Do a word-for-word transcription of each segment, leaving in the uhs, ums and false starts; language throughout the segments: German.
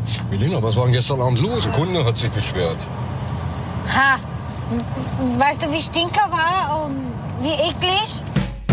Melina, was war denn gestern Abend los? Ein Kunde hat sich beschwert. Ha! Weißt du, wie Stinker war und wie eklig?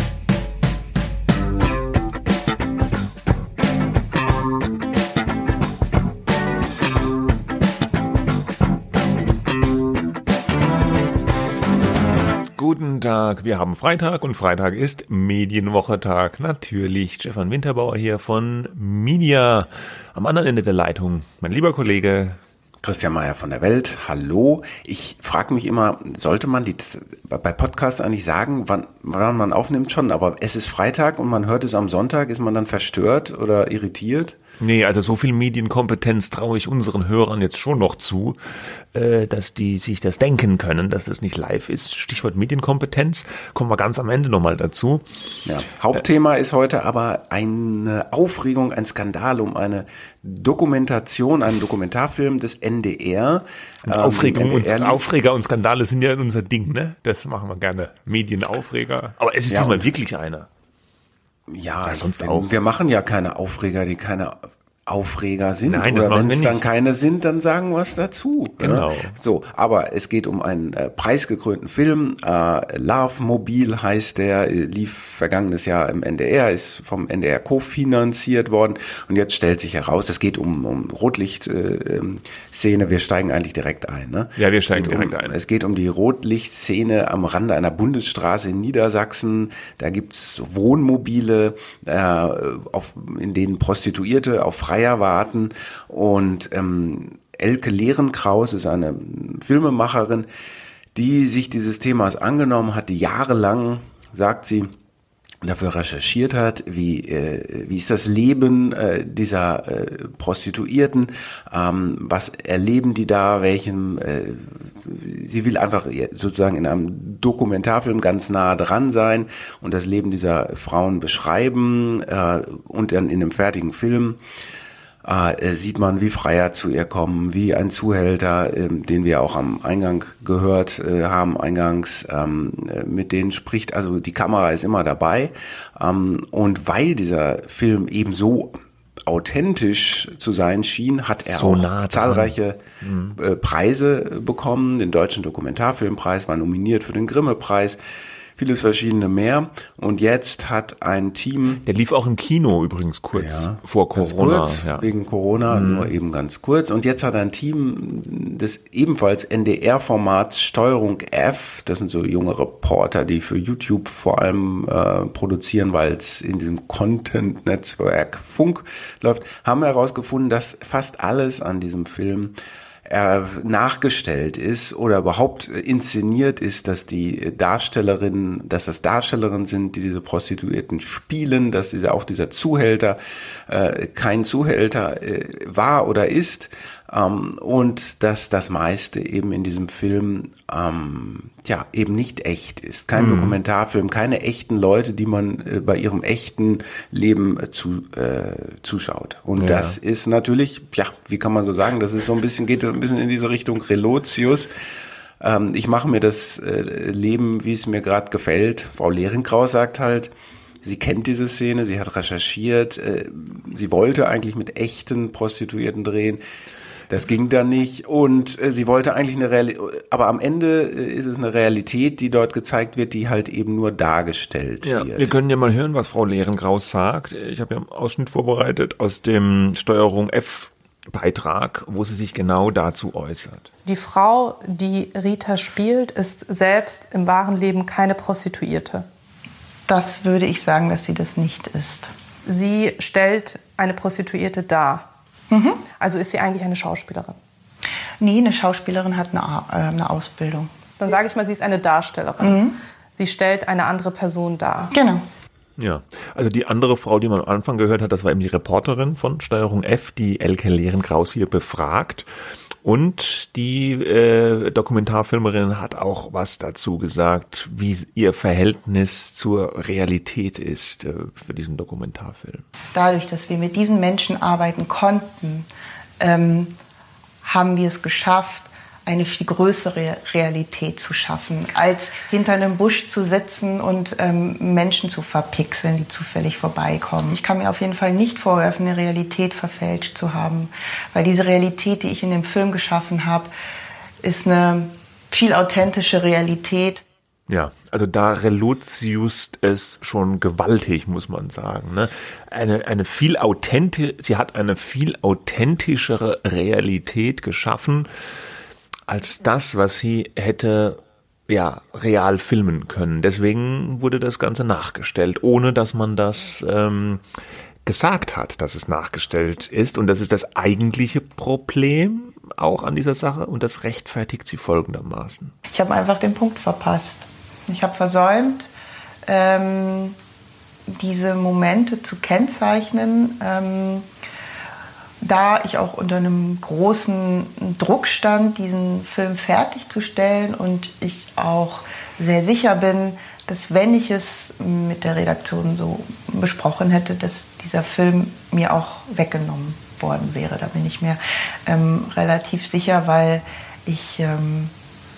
Guten Tag, wir haben Freitag und Freitag ist Medienwochetag. Natürlich Stefan Winterbauer hier von Media. Am anderen Ende der Leitung mein lieber Kollege Christian Mayer von der Welt. Hallo. Ich frage mich immer, sollte man die, bei Podcasts eigentlich sagen, wann, wann man aufnimmt schon, aber es ist Freitag und man hört es am Sonntag, ist man dann verstört oder irritiert? Nee, also so viel Medienkompetenz traue ich unseren Hörern jetzt schon noch zu, äh, dass die sich das denken können, dass das nicht live ist. Stichwort Medienkompetenz, kommen wir ganz am Ende nochmal dazu. Ja. Hauptthema äh, ist heute aber eine Aufregung, ein Skandal um eine Dokumentation, einen Dokumentarfilm des N D R. Und Aufregung ähm, und, Aufreger und Skandale sind ja unser Ding, ne? Das machen wir gerne. Medienaufreger. Aber es ist ja, diesmal wirklich einer. Ja, ja sonst wenn, auch. Wir machen ja keine Aufreger, die keine Aufreger sind. Nein, oder wenn es dann keine sind, dann sagen wir es dazu. Genau. Ne? So, aber es geht um einen äh, preisgekrönten Film. Äh, Love Mobil heißt der, lief vergangenes Jahr im N D R, ist vom N D R kofinanziert worden. Und jetzt stellt sich heraus, es geht um, um Rotlicht-Szene. Äh, wir steigen eigentlich direkt ein. Ne? Ja, wir steigen direkt um, ein. Es geht um die Rotlichtszene am Rande einer Bundesstraße in Niedersachsen. Da gibt's Wohnmobile, äh, auf, in denen Prostituierte auf Freiheit warten und ähm, Elke Lehrenkraus ist eine Filmemacherin, die sich dieses Themas angenommen hat, die jahrelang, sagt sie, dafür recherchiert hat, wie äh, wie ist das Leben äh, dieser äh, Prostituierten, ähm, was erleben die da, welchen äh, sie will einfach sozusagen in einem Dokumentarfilm ganz nah dran sein und das Leben dieser Frauen beschreiben äh, und dann in einem fertigen Film Äh, sieht man, wie Freier zu ihr kommen, wie ein Zuhälter, äh, den wir auch am Eingang gehört äh, haben, eingangs ähm, mit denen spricht. Also die Kamera ist immer dabei. Ähm, und weil dieser Film eben so authentisch zu sein schien, hat er so auch nah zahlreiche mhm. äh, Preise bekommen. Den Deutschen Dokumentarfilmpreis, war nominiert für den Grimme-Preis. Vieles verschiedene mehr. Und jetzt hat ein Team... Der lief auch im Kino übrigens kurz ja, vor Corona. Kurz, ja. wegen Corona, mhm. nur eben ganz kurz. Und jetzt hat ein Team des ebenfalls N D R-Formats Steuerung F, das sind so junge Reporter, die für YouTube vor allem äh, produzieren, weil es in diesem Content-Netzwerk Funk läuft, haben herausgefunden, dass fast alles an diesem Film äh, nachgestellt ist oder überhaupt inszeniert ist, dass die Darstellerinnen, dass das Darstellerinnen sind, die diese Prostituierten spielen, dass dieser auch dieser Zuhälter äh, kein Zuhälter äh, war oder ist, ähm, und dass das meiste eben in diesem Film ähm, ja eben nicht echt ist. Kein mhm. Dokumentarfilm, keine echten Leute, die man äh, bei ihrem echten Leben äh, zu, äh, zuschaut. Und ja. das ist natürlich, ja, wie kann man so sagen, das ist so ein bisschen, geht ein bisschen in diese Richtung Relotius. Ähm, ich mache mir das äh, Leben, wie es mir gerade gefällt. Frau Lehrenkraus sagt halt, sie kennt diese Szene, sie hat recherchiert, äh, sie wollte eigentlich mit echten Prostituierten drehen. Das ging dann nicht und äh, sie wollte eigentlich eine Realität, aber am Ende äh, ist es eine Realität, die dort gezeigt wird, die halt eben nur dargestellt ja, wird. Wir können ja mal hören, was Frau Lehrenkraus sagt. Ich habe ja einen Ausschnitt vorbereitet aus dem Steuerung F Beitrag, wo sie sich genau dazu äußert. Die Frau, die Rita spielt, ist selbst im wahren Leben keine Prostituierte. Das würde ich sagen, dass sie das nicht ist. Sie stellt eine Prostituierte dar. Mhm. Also ist sie eigentlich eine Schauspielerin? Nee, eine Schauspielerin hat eine, äh, eine Ausbildung. Dann sage ich mal, sie ist eine Darstellerin. Mhm. Sie stellt eine andere Person dar. Genau. Ja, also die andere Frau, die man am Anfang gehört hat, das war eben die Reporterin von Steuerung F, die Elke Lehrenkraus hier befragt. Und die äh, Dokumentarfilmerin hat auch was dazu gesagt, wie ihr Verhältnis zur Realität ist äh, für diesen Dokumentarfilm. Dadurch, dass wir mit diesen Menschen arbeiten konnten, ähm, haben wir es geschafft, eine viel größere Realität zu schaffen, als hinter einem Busch zu sitzen und ähm, Menschen zu verpixeln, die zufällig vorbeikommen. Ich kann mir auf jeden Fall nicht vorwerfen, eine Realität verfälscht zu haben, weil diese Realität, die ich in dem Film geschaffen habe, ist eine viel authentische Realität. Ja, also da relotius es schon gewaltig, muss man sagen. Ne? Eine, eine viel authentisch, sie hat eine viel authentischere Realität geschaffen, als das, was sie hätte ja real filmen können. Deswegen wurde das Ganze nachgestellt, ohne dass man das ähm, gesagt hat, dass es nachgestellt ist. Und das ist das eigentliche Problem auch an dieser Sache und das rechtfertigt sie folgendermaßen. Ich habe einfach den Punkt verpasst. Ich habe versäumt, ähm, diese Momente zu kennzeichnen, ähm, da ich auch unter einem großen Druck stand, diesen Film fertigzustellen und ich auch sehr sicher bin, dass wenn ich es mit der Redaktion so besprochen hätte, dass dieser Film mir auch weggenommen worden wäre. Da bin ich mir ähm, relativ sicher, weil ich ähm,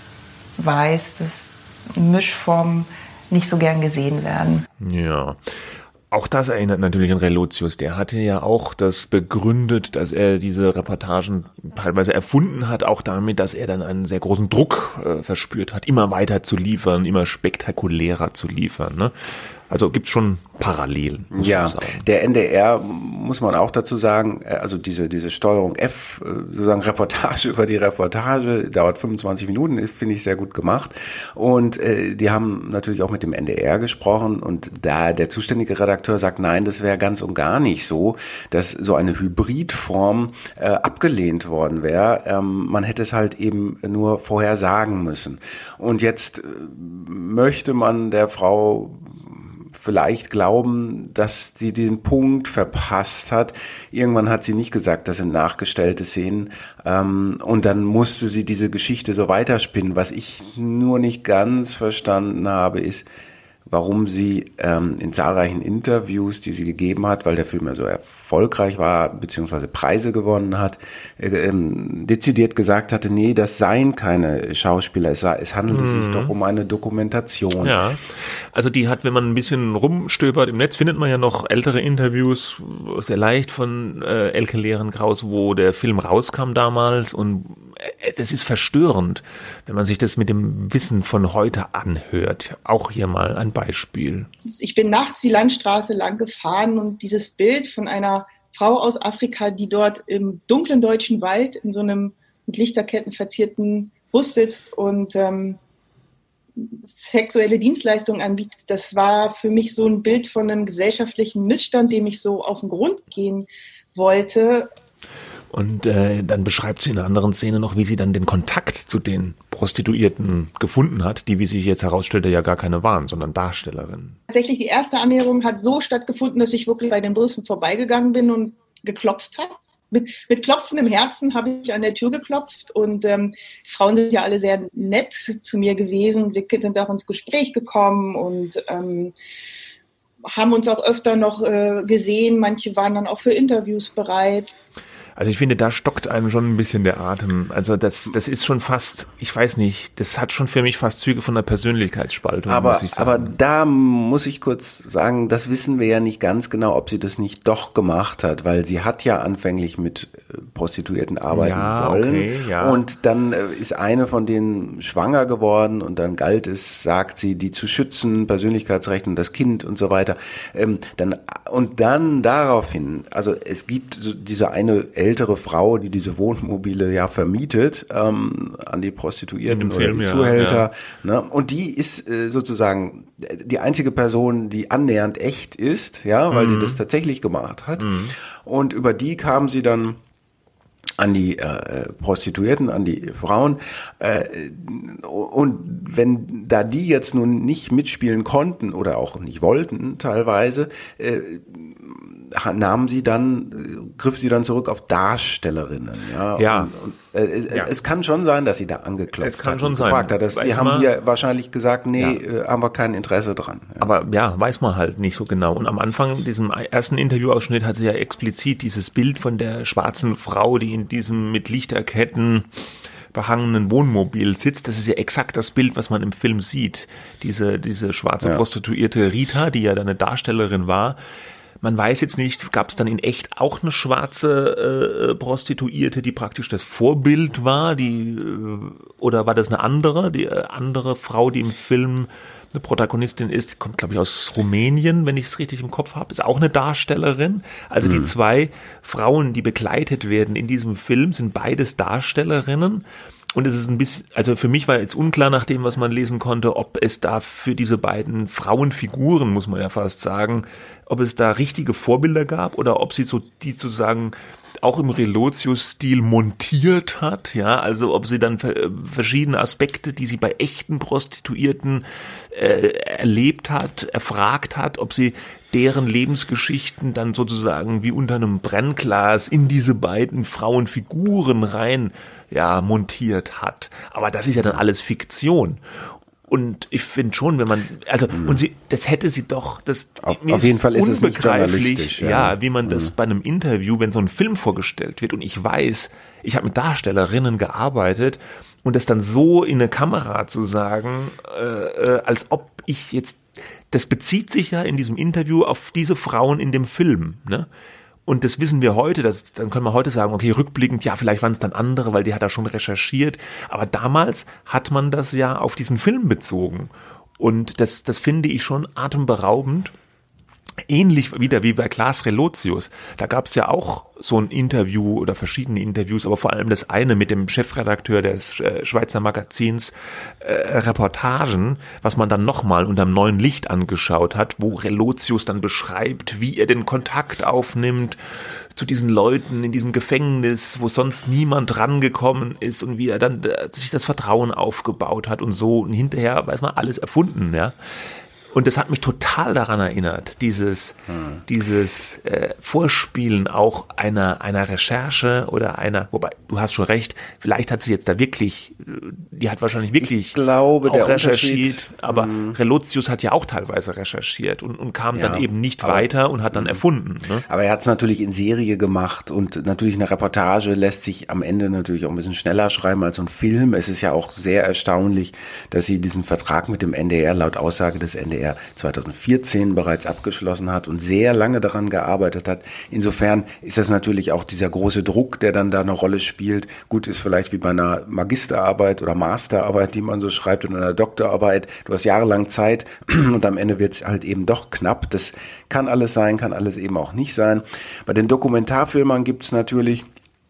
weiß, dass Mischformen nicht so gern gesehen werden. Ja. Auch das erinnert natürlich an Relotius. Der hatte ja auch das begründet, dass er diese Reportagen teilweise erfunden hat, auch damit, dass er dann einen sehr großen Druck äh, verspürt hat, immer weiter zu liefern, immer spektakulärer zu liefern. Ne? Also gibt's schon Parallelen. Ja, der N D R, muss man auch dazu sagen, also diese diese Steuerung F, sozusagen Reportage über die Reportage, dauert fünfundzwanzig Minuten, ist, finde ich, sehr gut gemacht. Und äh, die haben natürlich auch mit dem N D R gesprochen und da der zuständige Redakteur sagt, nein, das wäre ganz und gar nicht so, dass so eine Hybridform äh, abgelehnt worden wäre. Ähm, man hätte es halt eben nur vorher sagen müssen. Und jetzt äh, möchte man der Frau vielleicht glauben, dass sie den Punkt verpasst hat. Irgendwann hat sie nicht gesagt, das sind nachgestellte Szenen. Ähm, und dann musste sie diese Geschichte so weiterspinnen. Was ich nur nicht ganz verstanden habe, ist, warum sie ähm, in zahlreichen Interviews, die sie gegeben hat, weil der Film ja so erfolgreich war, beziehungsweise Preise gewonnen hat, äh, ähm, dezidiert gesagt hatte, nee, das seien keine Schauspieler, es, sei, es handelt mhm. sich doch um eine Dokumentation. Ja, also die hat, wenn man ein bisschen rumstöbert im Netz, findet man ja noch ältere Interviews, sehr leicht von äh, Elke Lehren-Kraus, wo der Film rauskam damals und es ist verstörend, wenn man sich das mit dem Wissen von heute anhört. Auch hier mal ein Beispiel. Ich bin nachts die Landstraße lang gefahren und dieses Bild von einer Frau aus Afrika, die dort im dunklen deutschen Wald in so einem mit Lichterketten verzierten Bus sitzt und ähm, sexuelle Dienstleistungen anbietet, das war für mich so ein Bild von einem gesellschaftlichen Missstand, dem ich so auf den Grund gehen wollte. Und äh, dann beschreibt sie in einer anderen Szene noch, wie sie dann den Kontakt zu den Prostituierten gefunden hat, die, wie sich jetzt herausstellte, ja gar keine waren, sondern Darstellerinnen. Tatsächlich, die erste Annäherung hat so stattgefunden, dass ich wirklich bei den Bussen vorbeigegangen bin und geklopft habe. Mit, mit klopfendem Herzen habe ich an der Tür geklopft und ähm, die Frauen sind ja alle sehr nett zu mir gewesen. Wir sind auch ins Gespräch gekommen und ähm, haben uns auch öfter noch äh, gesehen. Manche waren dann auch für Interviews bereit. Also ich finde, da stockt einem schon ein bisschen der Atem. Also das, das ist schon fast, ich weiß nicht, das hat schon für mich fast Züge von einer Persönlichkeitsspaltung, aber, muss ich sagen. Aber da muss ich kurz sagen, das wissen wir ja nicht ganz genau, ob sie das nicht doch gemacht hat, weil sie hat ja anfänglich mit Prostituierten arbeiten ja, wollen. Okay, ja. Und dann ist eine von denen schwanger geworden und dann galt es, sagt sie, die zu schützen, Persönlichkeitsrechte und das Kind und so weiter. Ähm, dann, und dann daraufhin, also es gibt so diese eine ältere Frau, die diese Wohnmobile ja vermietet ähm, an die Prostituierten oder Film, die Zuhälter. Ja, ja. Ne? Und die ist äh, sozusagen die einzige Person, die annähernd echt ist, ja, weil mhm. die das tatsächlich gemacht hat. Mhm. Und über die kam sie dann an die äh, Prostituierten, an die Frauen. Äh, und wenn da die jetzt nun nicht mitspielen konnten oder auch nicht wollten teilweise, äh, nahm sie dann, griff sie dann zurück auf Darstellerinnen. Ja, ja. Und, und, äh, es, ja. es kann schon sein, dass sie da angeklopft es kann hat schon und sein. gefragt hat. Das, die haben man, hier wahrscheinlich gesagt, nee, ja. äh, haben wir kein Interesse dran. Ja. Aber ja, weiß man halt nicht so genau. Und am Anfang, diesem ersten Interviewausschnitt, hat sie ja explizit dieses Bild von der schwarzen Frau, die in diesem mit Lichterketten behangenen Wohnmobil sitzt. Das ist ja exakt das Bild, was man im Film sieht. Diese, diese schwarze ja. Prostituierte Rita, die ja dann eine Darstellerin war. Man weiß jetzt nicht, gab es dann in echt auch eine schwarze äh, Prostituierte, die praktisch das Vorbild war, die äh, oder war das eine andere, die äh, andere Frau, die im Film eine Protagonistin ist, die kommt, glaube ich, aus Rumänien, wenn ich es richtig im Kopf habe, ist auch eine Darstellerin. Also mhm. die zwei Frauen, die begleitet werden in diesem Film, sind beides Darstellerinnen. Und es ist ein bisschen, also für mich war jetzt unklar nach dem, was man lesen konnte, ob es da für diese beiden Frauenfiguren, muss man ja fast sagen, ob es da richtige Vorbilder gab oder ob sie so die sozusagen auch im Relotius-Stil montiert hat, ja, also ob sie dann verschiedene Aspekte, die sie bei echten Prostituierten äh, erlebt hat, erfragt hat, ob sie deren Lebensgeschichten dann sozusagen wie unter einem Brennglas in diese beiden Frauenfiguren rein, ja, montiert hat. Aber das ist ja dann alles Fiktion. Und ich finde schon, wenn man, also, mhm. und sie, das hätte sie doch, das, auf, mir auf jeden Fall ist es nicht journalistisch, ja, ja, wie man mhm. das bei einem Interview, wenn so ein Film vorgestellt wird und ich weiß, ich habe mit Darstellerinnen gearbeitet und das dann so in eine Kamera zu sagen, äh, äh, als ob ich jetzt, das bezieht sich ja in diesem Interview auf diese Frauen in dem Film, ne? Und das wissen wir heute, das, dann können wir heute sagen, okay, rückblickend, ja, vielleicht waren es dann andere, weil die hat da schon recherchiert. Aber damals hat man das ja auf diesen Film bezogen. Und das, das finde ich schon atemberaubend. Ähnlich wieder wie bei Klaas Relotius. Da gab es ja auch so ein Interview oder verschiedene Interviews, aber vor allem das eine mit dem Chefredakteur des Schweizer Magazins äh, Reportagen, was man dann nochmal unter einem neuen Licht angeschaut hat, wo Relotius dann beschreibt, wie er den Kontakt aufnimmt zu diesen Leuten in diesem Gefängnis, wo sonst niemand rangekommen ist und wie er dann äh, sich das Vertrauen aufgebaut hat und so. Und hinterher weiß man alles erfunden, ja. Und das hat mich total daran erinnert, dieses, hm. dieses äh, Vorspielen auch einer einer Recherche oder einer, wobei, du hast schon recht, vielleicht hat sie jetzt da wirklich, die hat wahrscheinlich wirklich ich glaube, auch der recherchiert, aber hm. Relotius hat ja auch teilweise recherchiert und, und kam ja, dann eben nicht aber, weiter und hat dann erfunden. Ne? Aber er hat es natürlich in Serie gemacht und natürlich eine Reportage lässt sich am Ende natürlich auch ein bisschen schneller schreiben als so ein Film. Es ist ja auch sehr erstaunlich, dass sie diesen Vertrag mit dem N D R laut Aussage des N D R zweitausendvierzehn bereits abgeschlossen hat und sehr lange daran gearbeitet hat. Insofern ist das natürlich auch dieser große Druck, der dann da eine Rolle spielt. Gut, ist vielleicht wie bei einer Magisterarbeit oder Masterarbeit, die man so schreibt, oder einer Doktorarbeit. Du hast jahrelang Zeit und am Ende wird es halt eben doch knapp. Das kann alles sein, kann alles eben auch nicht sein. Bei den Dokumentarfilmern gibt es natürlich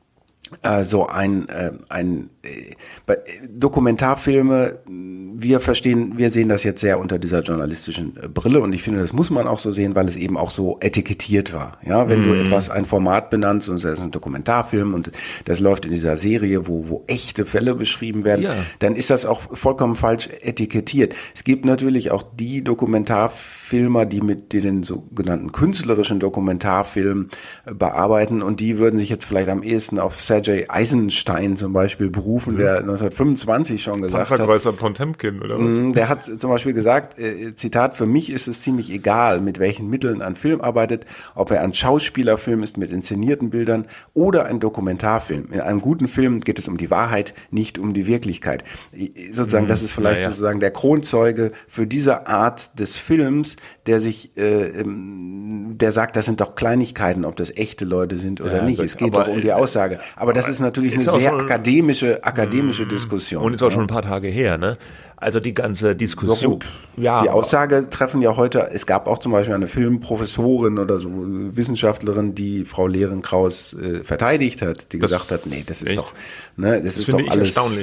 äh, so ein, äh, ein äh, bei Dokumentarfilme, wir verstehen, wir sehen das jetzt sehr unter dieser journalistischen äh, Brille und ich finde, das muss man auch so sehen, weil es eben auch so etikettiert war. Ja, wenn mm. du etwas, ein Format benannst und das ist ein Dokumentarfilm und das läuft in dieser Serie, wo, wo echte Fälle beschrieben werden, ja. dann ist das auch vollkommen falsch etikettiert. Es gibt natürlich auch die Dokumentarfilmer, die mit den sogenannten künstlerischen Dokumentarfilmen äh, bearbeiten und die würden sich jetzt vielleicht am ehesten auf Sergei Eisenstein zum Beispiel berufen, mhm. der neunzehnhundertfünfundzwanzig schon gesagt hat. Panzerkreuzer Potemkin, oder was? Der hat zum Beispiel gesagt, äh, Zitat, für mich ist es ziemlich egal, mit welchen Mitteln ein Film arbeitet, ob er ein Schauspielerfilm ist mit inszenierten Bildern oder ein Dokumentarfilm. In einem guten Film geht es um die Wahrheit, nicht um die Wirklichkeit. Sozusagen, mhm. das ist vielleicht ja, ja. sozusagen der Kronzeuge für diese Art des Films, der sich, äh, der sagt, das sind doch Kleinigkeiten, ob das echte Leute sind oder ja, nicht. Es geht doch um die Aussage. Aber das ist natürlich ist eine sehr schon, akademische, akademische mh, Diskussion. Und ist auch schon ein paar Tage her, ne? Also die ganze Diskussion. So, ja, die Aussage treffen ja heute, es gab auch zum Beispiel eine Filmprofessorin oder so, Wissenschaftlerin, die Frau Lehrenkraus äh, verteidigt hat, die gesagt hat, nee, das ist echt? doch, ne, das, das ist doch ich alles erstaunlich.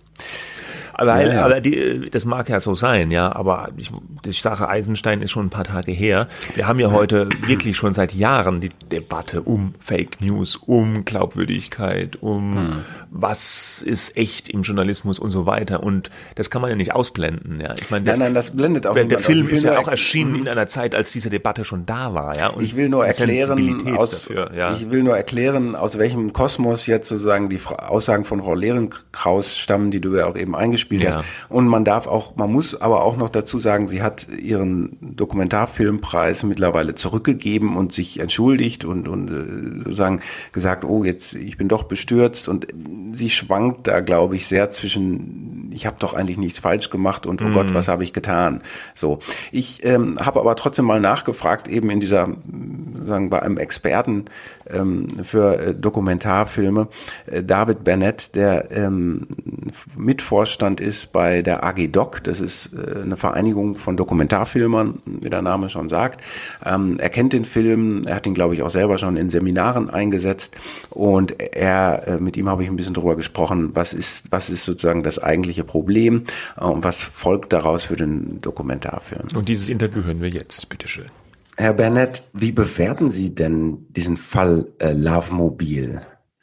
Aber, ja, ja. aber die, das mag ja so sein, ja, aber ich, die Sache Eisenstein ist schon ein paar Tage her. Wir haben ja heute wirklich schon seit Jahren die Debatte um Fake News, um Glaubwürdigkeit, um hm. was ist echt im Journalismus und so weiter. Und das kann man ja nicht ausblenden, ja. Ich meine, der, nein, nein, das blendet auch der, der Film aus. ist ja auch erschienen in einer Zeit, als diese Debatte schon da war, ja. Und ich will nur erklären, aus, dafür, ja. ich will nur erklären, aus welchem Kosmos jetzt sozusagen die Aussagen von Frau Lehrenkraus stammen, die du ja auch eben eingespielt angespielt Ja. hast. Und man darf auch, man muss aber auch noch dazu sagen, sie hat ihren Dokumentarfilmpreis mittlerweile zurückgegeben und sich entschuldigt und, und äh, sozusagen gesagt, oh, jetzt, ich bin doch bestürzt. Und sie schwankt da, glaube ich, sehr zwischen, ich habe doch eigentlich nichts falsch gemacht und oh mm. Gott, was habe ich getan? So. Ich ähm, habe aber trotzdem mal nachgefragt, eben in dieser, sagen bei einem Experten ähm, für äh, Dokumentarfilme, äh, David Bennett, der ähm, Mitvorstand ist bei der A G Doc. Das ist äh, eine Vereinigung von Dokumentarfilmern, wie der Name schon sagt. Ähm, er kennt den Film, er hat ihn, glaube ich, auch selber schon in Seminaren eingesetzt und er, äh, mit ihm habe ich ein bisschen drüber gesprochen, was ist, was ist sozusagen das eigentliche Problem äh, und was folgt daraus für den Dokumentarfilm. Und dieses Interview hören wir jetzt, bitteschön. Herr Bennett, wie bewerten Sie denn diesen Fall äh, Lovemobil?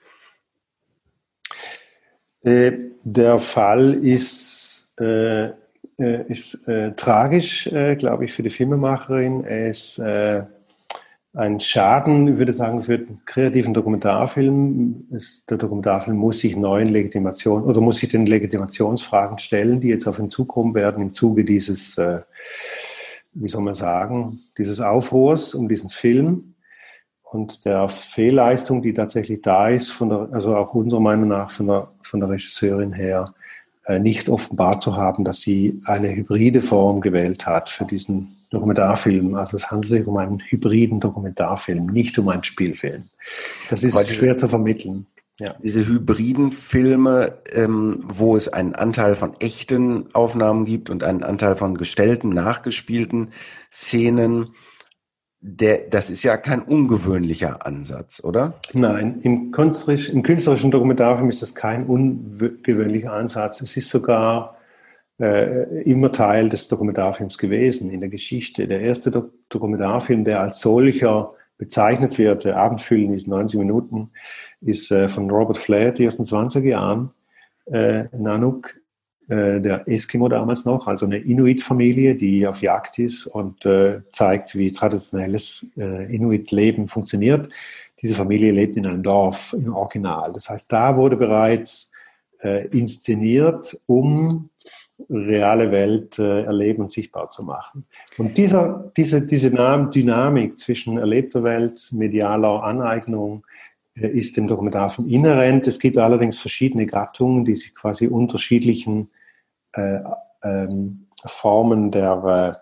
Äh, der Fall ist, äh, äh, ist äh, tragisch, äh, glaube ich, für die Filmemacherin. Er ist äh, ein Schaden, ich würde sagen, für den kreativen Dokumentarfilm. Es, der Dokumentarfilm muss sich neuen Legitimationen oder muss sich den Legitimationsfragen stellen, die jetzt auf ihn zukommen werden im Zuge dieses, äh, wie soll man sagen, dieses Aufruhrs um diesen Film. Und der Fehlleistung, die tatsächlich da ist, von der, also auch unserer Meinung nach von der, von der Regisseurin her, äh, nicht offenbart zu haben, dass sie eine hybride Form gewählt hat für diesen Dokumentarfilm. Also es handelt sich um einen hybriden Dokumentarfilm, nicht um einen Spielfilm. Das ist diese, schwer zu vermitteln. Ja. Diese hybriden Filme, ähm, wo es einen Anteil von echten Aufnahmen gibt und einen Anteil von gestellten, nachgespielten Szenen, Der, das ist ja kein ungewöhnlicher Ansatz, oder? Nein, im, künstlerisch, im künstlerischen Dokumentarfilm ist das kein ungewöhnlicher Ansatz. Es ist sogar äh, immer Teil des Dokumentarfilms gewesen in der Geschichte. Der erste Do- Dokumentarfilm, der als solcher bezeichnet wird, der Abendfüllen ist neunzig Minuten, ist äh, von Robert Flaherty aus den zwanziger Jahren, äh, Nanook. Der Eskimo damals noch, also eine Inuit-Familie, die auf Jagd ist und äh, zeigt, wie traditionelles äh, Inuit-Leben funktioniert. Diese Familie lebt in einem Dorf im Original. Das heißt, da wurde bereits äh, inszeniert, um reale Welt äh, erleben und sichtbar zu machen. Und dieser, diese, diese Dynamik zwischen erlebter Welt, medialer Aneignung, ist dem Dokumentarfilm inhärent. Es gibt allerdings verschiedene Gattungen, die sich quasi unterschiedlichen äh, ähm, Formen der,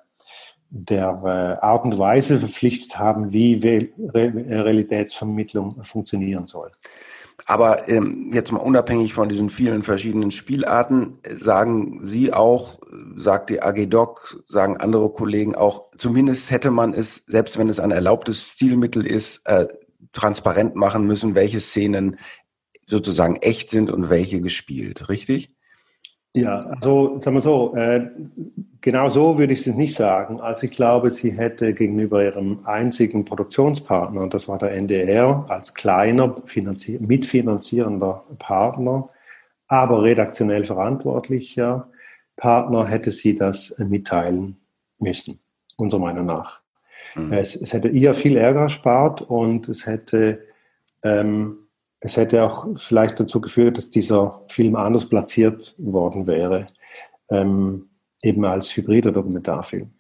der äh, Art und Weise verpflichtet haben, wie Re- Realitätsvermittlung funktionieren soll. Aber ähm, jetzt mal unabhängig von diesen vielen verschiedenen Spielarten, sagen Sie auch, sagt die A G Doc, sagen andere Kollegen auch, zumindest hätte man es, selbst wenn es ein erlaubtes Stilmittel ist, äh, transparent machen müssen, welche Szenen sozusagen echt sind und welche gespielt, richtig? Ja, also sagen wir so, äh, genau so würde ich es nicht sagen. Also ich glaube, sie hätte gegenüber ihrem einzigen Produktionspartner, und das war der N D R, als kleiner, finanzier- mitfinanzierender Partner, aber redaktionell verantwortlicher Partner, hätte sie das mitteilen müssen, unserer Meinung nach. Mhm. Es, es hätte ihr viel Ärger erspart und es hätte, ähm, es hätte auch vielleicht dazu geführt, dass dieser Film anders platziert worden wäre, ähm, eben als hybrider Dokumentarfilm.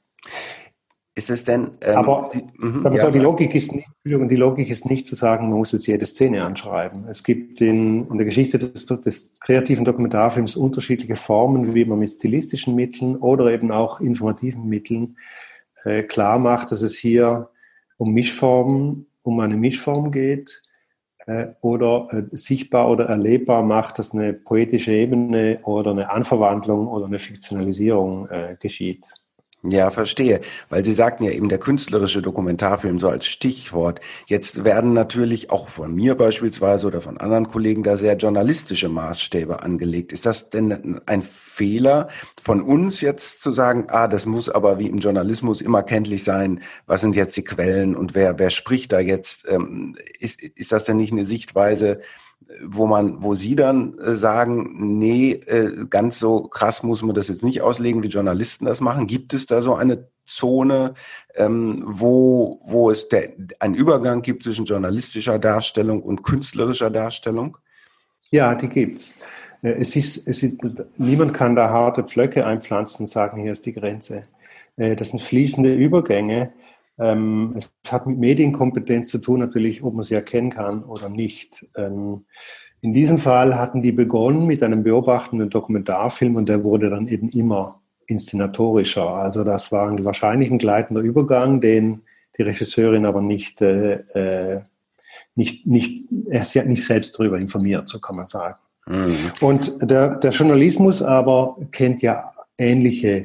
Ist es denn... Ähm, aber Sie, mh, aber ja, so, die, Logik ist nicht, die Logik ist nicht zu sagen, man muss jetzt jede Szene anschreiben. Es gibt in, in der Geschichte des, des kreativen Dokumentarfilms unterschiedliche Formen, wie man mit stilistischen Mitteln oder eben auch informativen Mitteln äh, klar macht, dass es hier um Mischformen, um eine Mischform geht äh, oder äh, sichtbar oder erlebbar macht, dass eine poetische Ebene oder eine Anverwandlung oder eine Fiktionalisierung äh, geschieht. Ja, verstehe. Weil Sie sagten ja eben der künstlerische Dokumentarfilm so als Stichwort. Jetzt werden natürlich auch von mir beispielsweise oder von anderen Kollegen da sehr journalistische Maßstäbe angelegt. Ist das denn ein Fehler von uns jetzt zu sagen, ah, das muss aber wie im Journalismus immer kenntlich sein, was sind jetzt die Quellen und wer, wer spricht da jetzt? Ähm, ist, ist das denn nicht eine Sichtweise, wo man, wo Sie dann äh, sagen, nee, äh, ganz so krass muss man das jetzt nicht auslegen, wie Journalisten das machen? Gibt es da so eine Zone, ähm, wo, wo es der, einen Übergang gibt zwischen journalistischer Darstellung und künstlerischer Darstellung? Ja, die gibt's. Äh, es ist, es ist, niemand kann da harte Pflöcke einpflanzen und sagen, hier ist die Grenze. Äh, das sind fließende Übergänge. Ähm, es hat mit Medienkompetenz zu tun, natürlich, ob man sie erkennen kann oder nicht. Ähm, in diesem Fall hatten die begonnen mit einem beobachtenden Dokumentarfilm und der wurde dann eben immer inszenatorischer. Also das war wahrscheinlich ein gleitender Übergang, den die Regisseurin aber nicht, äh, nicht, nicht, sie hat nicht selbst darüber informiert, so kann man sagen. Mhm. Und der, der Journalismus aber kennt ja ähnliche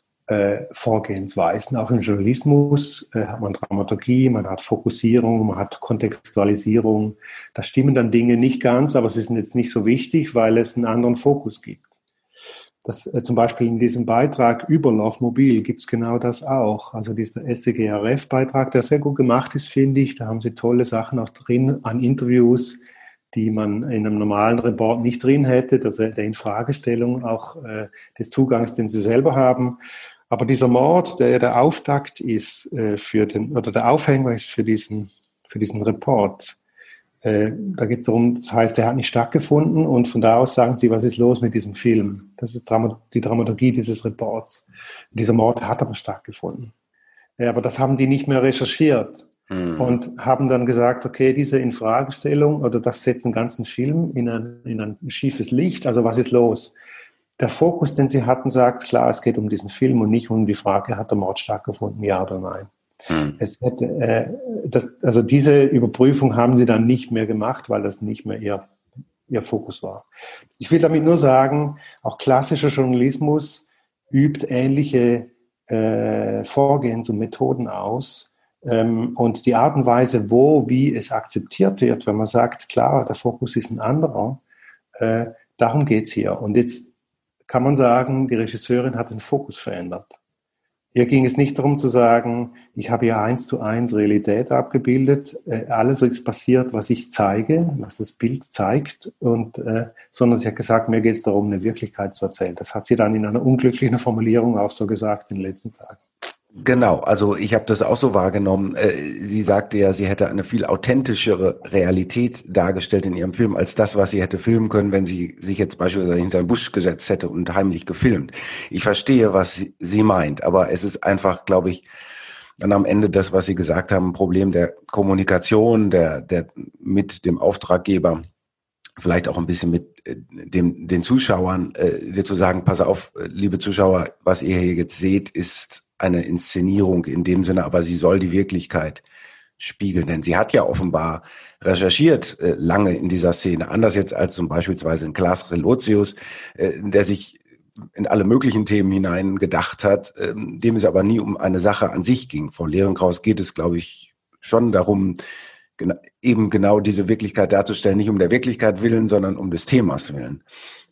äh, Vorgehensweisen. Auch im Journalismus äh, hat man Dramaturgie, man hat Fokussierung, man hat Kontextualisierung. Da stimmen dann Dinge nicht ganz, aber sie sind jetzt nicht so wichtig, weil es einen anderen Fokus gibt. Das, äh, zum Beispiel in diesem Beitrag über Laufmobil gibt es genau das auch. Also dieser S C G R F-Beitrag, der sehr gut gemacht ist, finde ich. Da haben sie tolle Sachen auch drin an Interviews, die man in einem normalen Report nicht drin hätte, dass der Infragestellung auch äh, des Zugangs, den sie selber haben. Aber dieser Mord, der der Auftakt ist äh, für den, oder der Aufhänger ist für diesen, für diesen Report, äh, da geht es darum, das heißt, der hat nicht stattgefunden und von da aus sagen sie, was ist los mit diesem Film? Das ist Drama, die Dramaturgie dieses Reports. Dieser Mord hat aber stattgefunden. Ja, aber das haben die nicht mehr recherchiert. Und haben dann gesagt, okay, diese Infragestellung oder das setzt den ganzen Film in ein, in ein schiefes Licht. Also was ist los? Der Fokus, den sie hatten, sagt, klar, es geht um diesen Film und nicht um die Frage, hat der Mord stattgefunden, ja oder nein. Mhm. Es hätte, äh, das, also diese Überprüfung haben sie dann nicht mehr gemacht, weil das nicht mehr ihr, ihr Fokus war. Ich will damit nur sagen, auch klassischer Journalismus übt ähnliche äh, Vorgehens- und Methoden aus. Und die Art und Weise, wo, wie es akzeptiert wird, wenn man sagt, klar, der Fokus ist ein anderer, äh, darum geht es hier. Und jetzt kann man sagen, die Regisseurin hat den Fokus verändert. Hier ging es nicht darum zu sagen, ich habe ja eins zu eins Realität abgebildet, äh, alles ist passiert, was ich zeige, was das Bild zeigt, und, äh, sondern sie hat gesagt, mir geht es darum, eine Wirklichkeit zu erzählen. Das hat sie dann in einer unglücklichen Formulierung auch so gesagt in den letzten Tagen. Genau, also ich habe das auch so wahrgenommen. Sie sagte ja, sie hätte eine viel authentischere Realität dargestellt in ihrem Film, als das, was sie hätte filmen können, wenn sie sich jetzt beispielsweise hinter einen Busch gesetzt hätte und heimlich gefilmt. Ich verstehe, was sie meint, aber es ist einfach, glaube ich, dann am Ende das, was Sie gesagt haben, ein Problem der Kommunikation, der, der mit dem Auftraggeber, vielleicht auch ein bisschen mit dem, den Zuschauern, dir zu sagen, pass auf, liebe Zuschauer, was ihr hier jetzt seht, ist eine Inszenierung in dem Sinne, aber sie soll die Wirklichkeit spiegeln. Denn sie hat ja offenbar recherchiert äh, lange in dieser Szene, anders jetzt als zum beispielsweise in Klaas Relotius, äh, der sich in alle möglichen Themen hinein gedacht hat, äh, dem es aber nie um eine Sache an sich ging. Von Lehrenkraus geht es, glaube ich, schon darum, gena- eben genau diese Wirklichkeit darzustellen, nicht um der Wirklichkeit willen, sondern um des Themas willen.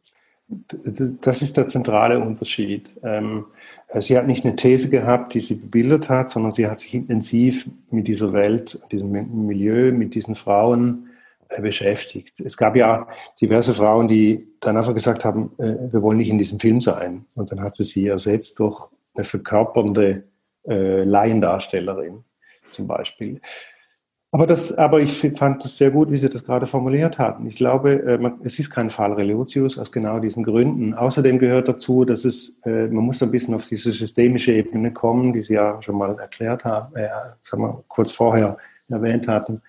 Das ist der zentrale Unterschied. Sie hat nicht eine These gehabt, die sie gebildet hat, sondern sie hat sich intensiv mit dieser Welt, diesem Milieu, mit diesen Frauen beschäftigt. Es gab ja diverse Frauen, die dann einfach gesagt haben, wir wollen nicht in diesem Film sein. Und dann hat sie sie ersetzt durch eine verkörpernde Laiendarstellerin zum Beispiel. Aber, das, aber ich fand das sehr gut, wie Sie das gerade formuliert hatten. Ich glaube, man, es ist kein Fall Relotius aus genau diesen Gründen. Außerdem gehört dazu, dass es, man muss ein bisschen auf diese systemische Ebene kommen, die Sie ja schon mal erklärt haben, äh, sagen wir, kurz vorher erwähnt hatten.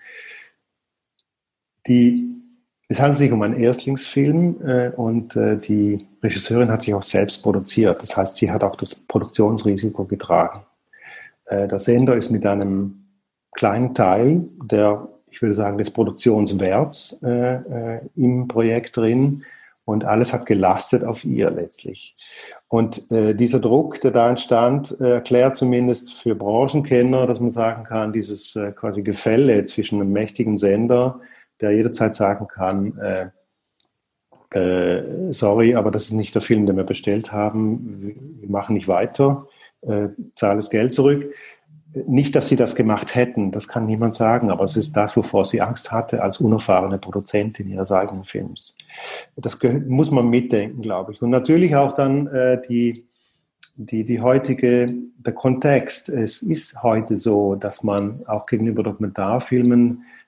Die, es handelt sich um einen Erstlingsfilm äh, und äh, die Regisseurin hat sich auch selbst produziert. Das heißt, sie hat auch das Produktionsrisiko getragen. Äh, der Sender ist mit einem kleinen Teil der, ich würde sagen, des Produktionswerts äh, äh, im Projekt drin, und alles hat gelastet auf ihr letztlich. Und äh, dieser Druck, der da entstand, äh, erklärt zumindest für Branchenkenner, dass man sagen kann, dieses äh, quasi Gefälle zwischen einem mächtigen Sender, der jederzeit sagen kann, äh, äh, sorry, aber das ist nicht der Film, den wir bestellt haben, wir machen nicht weiter, äh, zahle das Geld zurück. Nicht, dass sie das gemacht hätten, das kann niemand sagen, aber es ist das, wovor sie Angst hatte als unerfahrene Produzentin ihres eigenen Films. Das muss man mitdenken, glaube ich. Und natürlich auch dann äh, die, die, die heutige, der Kontext. Es ist heute so, dass man auch gegenüber Dokumentarfilmen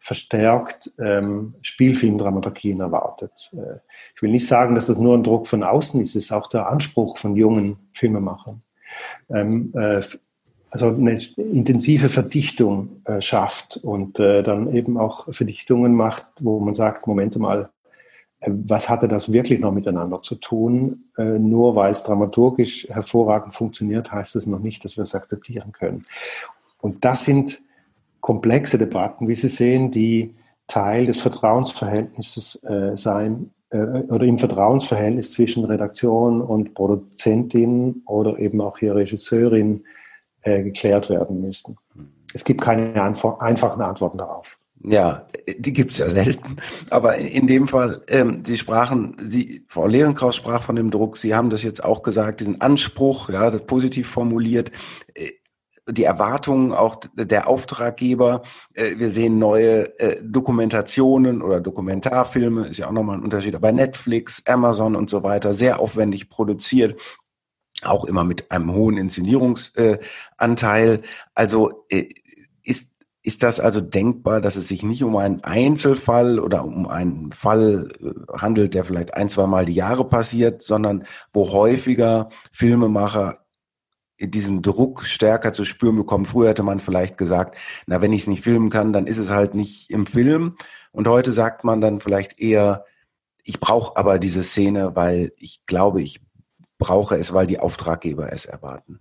verstärkt ähm, Spielfilmdramaturgien erwartet. Äh, ich will nicht sagen, dass das nur ein Druck von außen ist, es ist auch der Anspruch von jungen Filmemachern. Ähm, äh, also eine intensive Verdichtung äh, schafft und äh, dann eben auch Verdichtungen macht, wo man sagt, Moment mal, äh, was hatte das wirklich noch miteinander zu tun? Äh, nur weil es dramaturgisch hervorragend funktioniert, heißt es noch nicht, dass wir es akzeptieren können. Und das sind komplexe Debatten, wie Sie sehen, die Teil des Vertrauensverhältnisses äh, sein äh, oder im Vertrauensverhältnis zwischen Redaktion und Produzentin oder eben auch hier Regisseurin äh, geklärt werden müssen. Es gibt keine Antwo- einfachen Antworten darauf. Ja, die gibt's ja selten. Aber in dem Fall, ähm, Sie sprachen, Sie, Frau Lehrenkraus sprach von dem Druck. Sie haben das jetzt auch gesagt, diesen Anspruch, ja, das positiv formuliert. Äh, die Erwartungen auch der Auftraggeber. Äh, wir sehen neue äh, Dokumentationen oder Dokumentarfilme, ist ja auch nochmal ein Unterschied. Aber Netflix, Amazon und so weiter, sehr aufwendig produziert. Auch immer mit einem hohen Inszenierungsanteil. Äh, also äh, ist ist das also denkbar, dass es sich nicht um einen Einzelfall oder um einen Fall äh, handelt, der vielleicht ein, zwei Mal die Jahre passiert, sondern wo häufiger Filmemacher diesen Druck stärker zu spüren bekommen? Früher hätte man vielleicht gesagt, na, wenn ich es nicht filmen kann, dann ist es halt nicht im Film. Und heute sagt man dann vielleicht eher, ich brauche aber diese Szene, weil ich glaube, ich brauche es, weil die Auftraggeber es erwarten.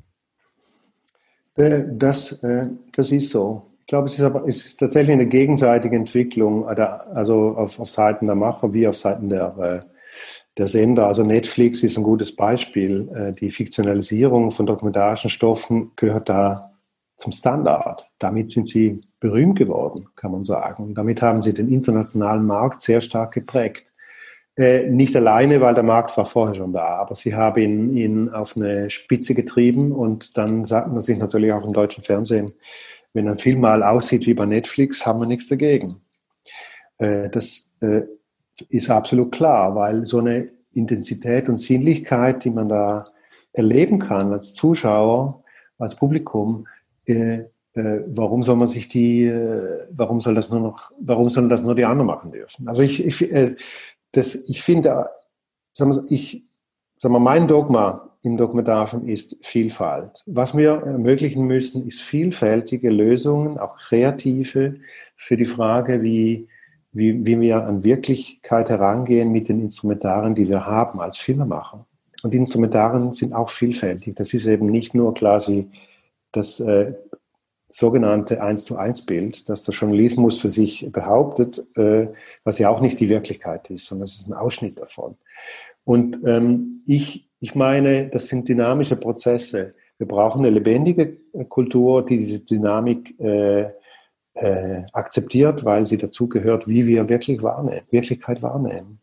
Das, das ist so. Ich glaube, es ist aber es ist tatsächlich eine gegenseitige Entwicklung, also auf, auf Seiten der Macher wie auf Seiten der, der Sender. Also Netflix ist ein gutes Beispiel. Die Fiktionalisierung von dokumentarischen Stoffen gehört da zum Standard. Damit sind sie berühmt geworden, kann man sagen. Damit haben sie den internationalen Markt sehr stark geprägt. Äh, nicht alleine, weil der Markt war vorher schon da, aber sie haben ihn, ihn auf eine Spitze getrieben und dann sagt man sich natürlich auch im deutschen Fernsehen, wenn ein Film mal aussieht wie bei Netflix, haben wir nichts dagegen. Äh, das äh, ist absolut klar, weil so eine Intensität und Sinnlichkeit, die man da erleben kann als Zuschauer, als Publikum, äh, äh, warum soll man sich die, äh, warum soll das nur noch, warum sollen das nur die anderen machen dürfen? Also ich, ich äh, Das, ich finde, sagen wir, ich, sagen wir, mein Dogma im Dokumentarfilm ist Vielfalt. Was wir ermöglichen müssen, ist vielfältige Lösungen, auch kreative, für die Frage, wie, wie, wie wir an Wirklichkeit herangehen mit den Instrumentarien, die wir haben als Filmemacher. Und die Instrumentarien sind auch vielfältig. Das ist eben nicht nur quasi das äh, sogenannte eins zu eins Bild, das der Journalismus für sich behauptet, äh, was ja auch nicht die Wirklichkeit ist, sondern es ist ein Ausschnitt davon. Und ähm, ich, ich meine, das sind dynamische Prozesse. Wir brauchen eine lebendige Kultur, die diese Dynamik äh, äh, akzeptiert, weil sie dazugehört, wie wir wirklich wahrnehmen, Wirklichkeit wahrnehmen.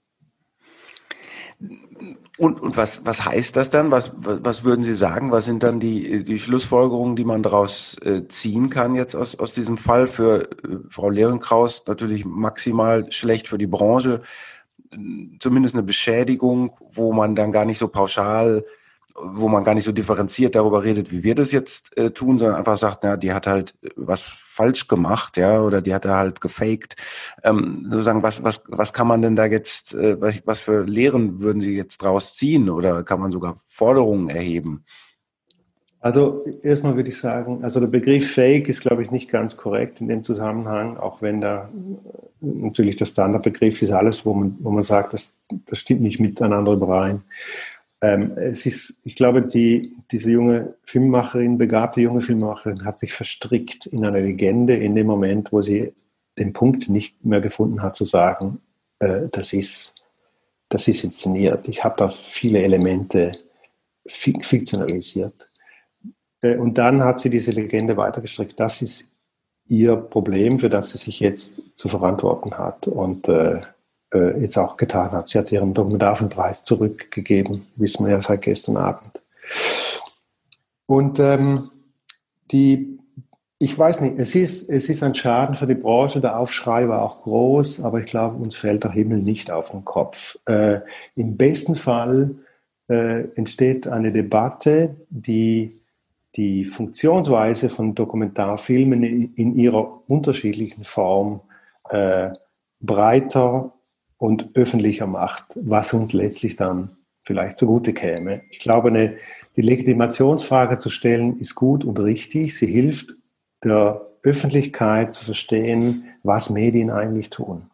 Und, und was, was heißt das dann? Was, was würden Sie sagen? Was sind dann die, die Schlussfolgerungen, die man daraus äh, ziehen kann jetzt aus, aus diesem Fall? Für äh, Frau Lehrenkraus natürlich maximal schlecht, für die Branche zumindest eine Beschädigung, wo man dann gar nicht so pauschal, wo man gar nicht so differenziert darüber redet, wie wir das jetzt äh, tun, sondern einfach sagt, na, die hat halt was falsch gemacht, ja, oder die hat da halt gefaked. Ähm, sozusagen, was, was, was kann man denn da jetzt, äh, was, was für Lehren würden Sie jetzt draus ziehen oder kann man sogar Forderungen erheben? Also erstmal würde ich sagen, also der Begriff Fake ist, glaube ich, nicht ganz korrekt in dem Zusammenhang, auch wenn da natürlich der Standardbegriff ist alles, wo man, wo man sagt, das, das stimmt nicht miteinander überein. Ähm, es ist, ich glaube, die, diese junge Filmemacherin, begabte junge Filmemacherin hat sich verstrickt in eine Legende in dem Moment, wo sie den Punkt nicht mehr gefunden hat, zu sagen, äh, das ist, das ist inszeniert. Ich habe da viele Elemente fiktionalisiert. Und dann hat sie diese Legende weitergestrickt. Das ist ihr Problem, für das sie sich jetzt zu verantworten hat und äh, jetzt auch getan hat. Sie hat ihren Dokumentarfilmpreis zurückgegeben, wissen wir ja seit gestern Abend. Und ähm, die, ich weiß nicht, es ist, es ist ein Schaden für die Branche, der Aufschrei war auch groß, aber ich glaube, uns fällt der Himmel nicht auf den Kopf. Äh, im besten Fall äh, entsteht eine Debatte, die die Funktionsweise von Dokumentarfilmen in, in ihrer unterschiedlichen Form äh, breiter und öffentlicher macht, was uns letztlich dann vielleicht zugute käme. Ich glaube, eine, die Legitimationsfrage zu stellen, ist gut und richtig. Sie hilft der Öffentlichkeit zu verstehen, was Medien eigentlich tun.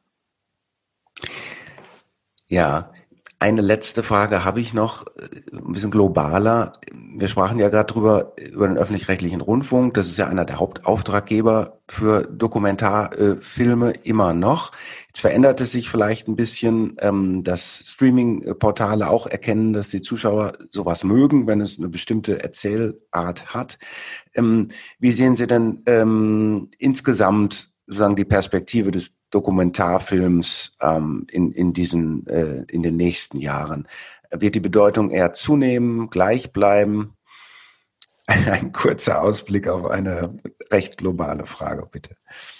Ja, eine letzte Frage habe ich noch, ein bisschen globaler. Wir sprachen ja gerade drüber, über den öffentlich-rechtlichen Rundfunk. Das ist ja einer der Hauptauftraggeber für Dokumentarfilme immer noch. Jetzt verändert es sich vielleicht ein bisschen, dass Streaming-Portale auch erkennen, dass die Zuschauer sowas mögen, wenn es eine bestimmte Erzählart hat. Wie sehen Sie denn ähm, insgesamt sozusagen die Perspektive des Dokumentarfilms ähm, in, in diesen, äh, in den nächsten Jahren? Wird die Bedeutung eher zunehmen, gleich bleiben? Ein kurzer Ausblick auf eine recht globale Frage, bitte.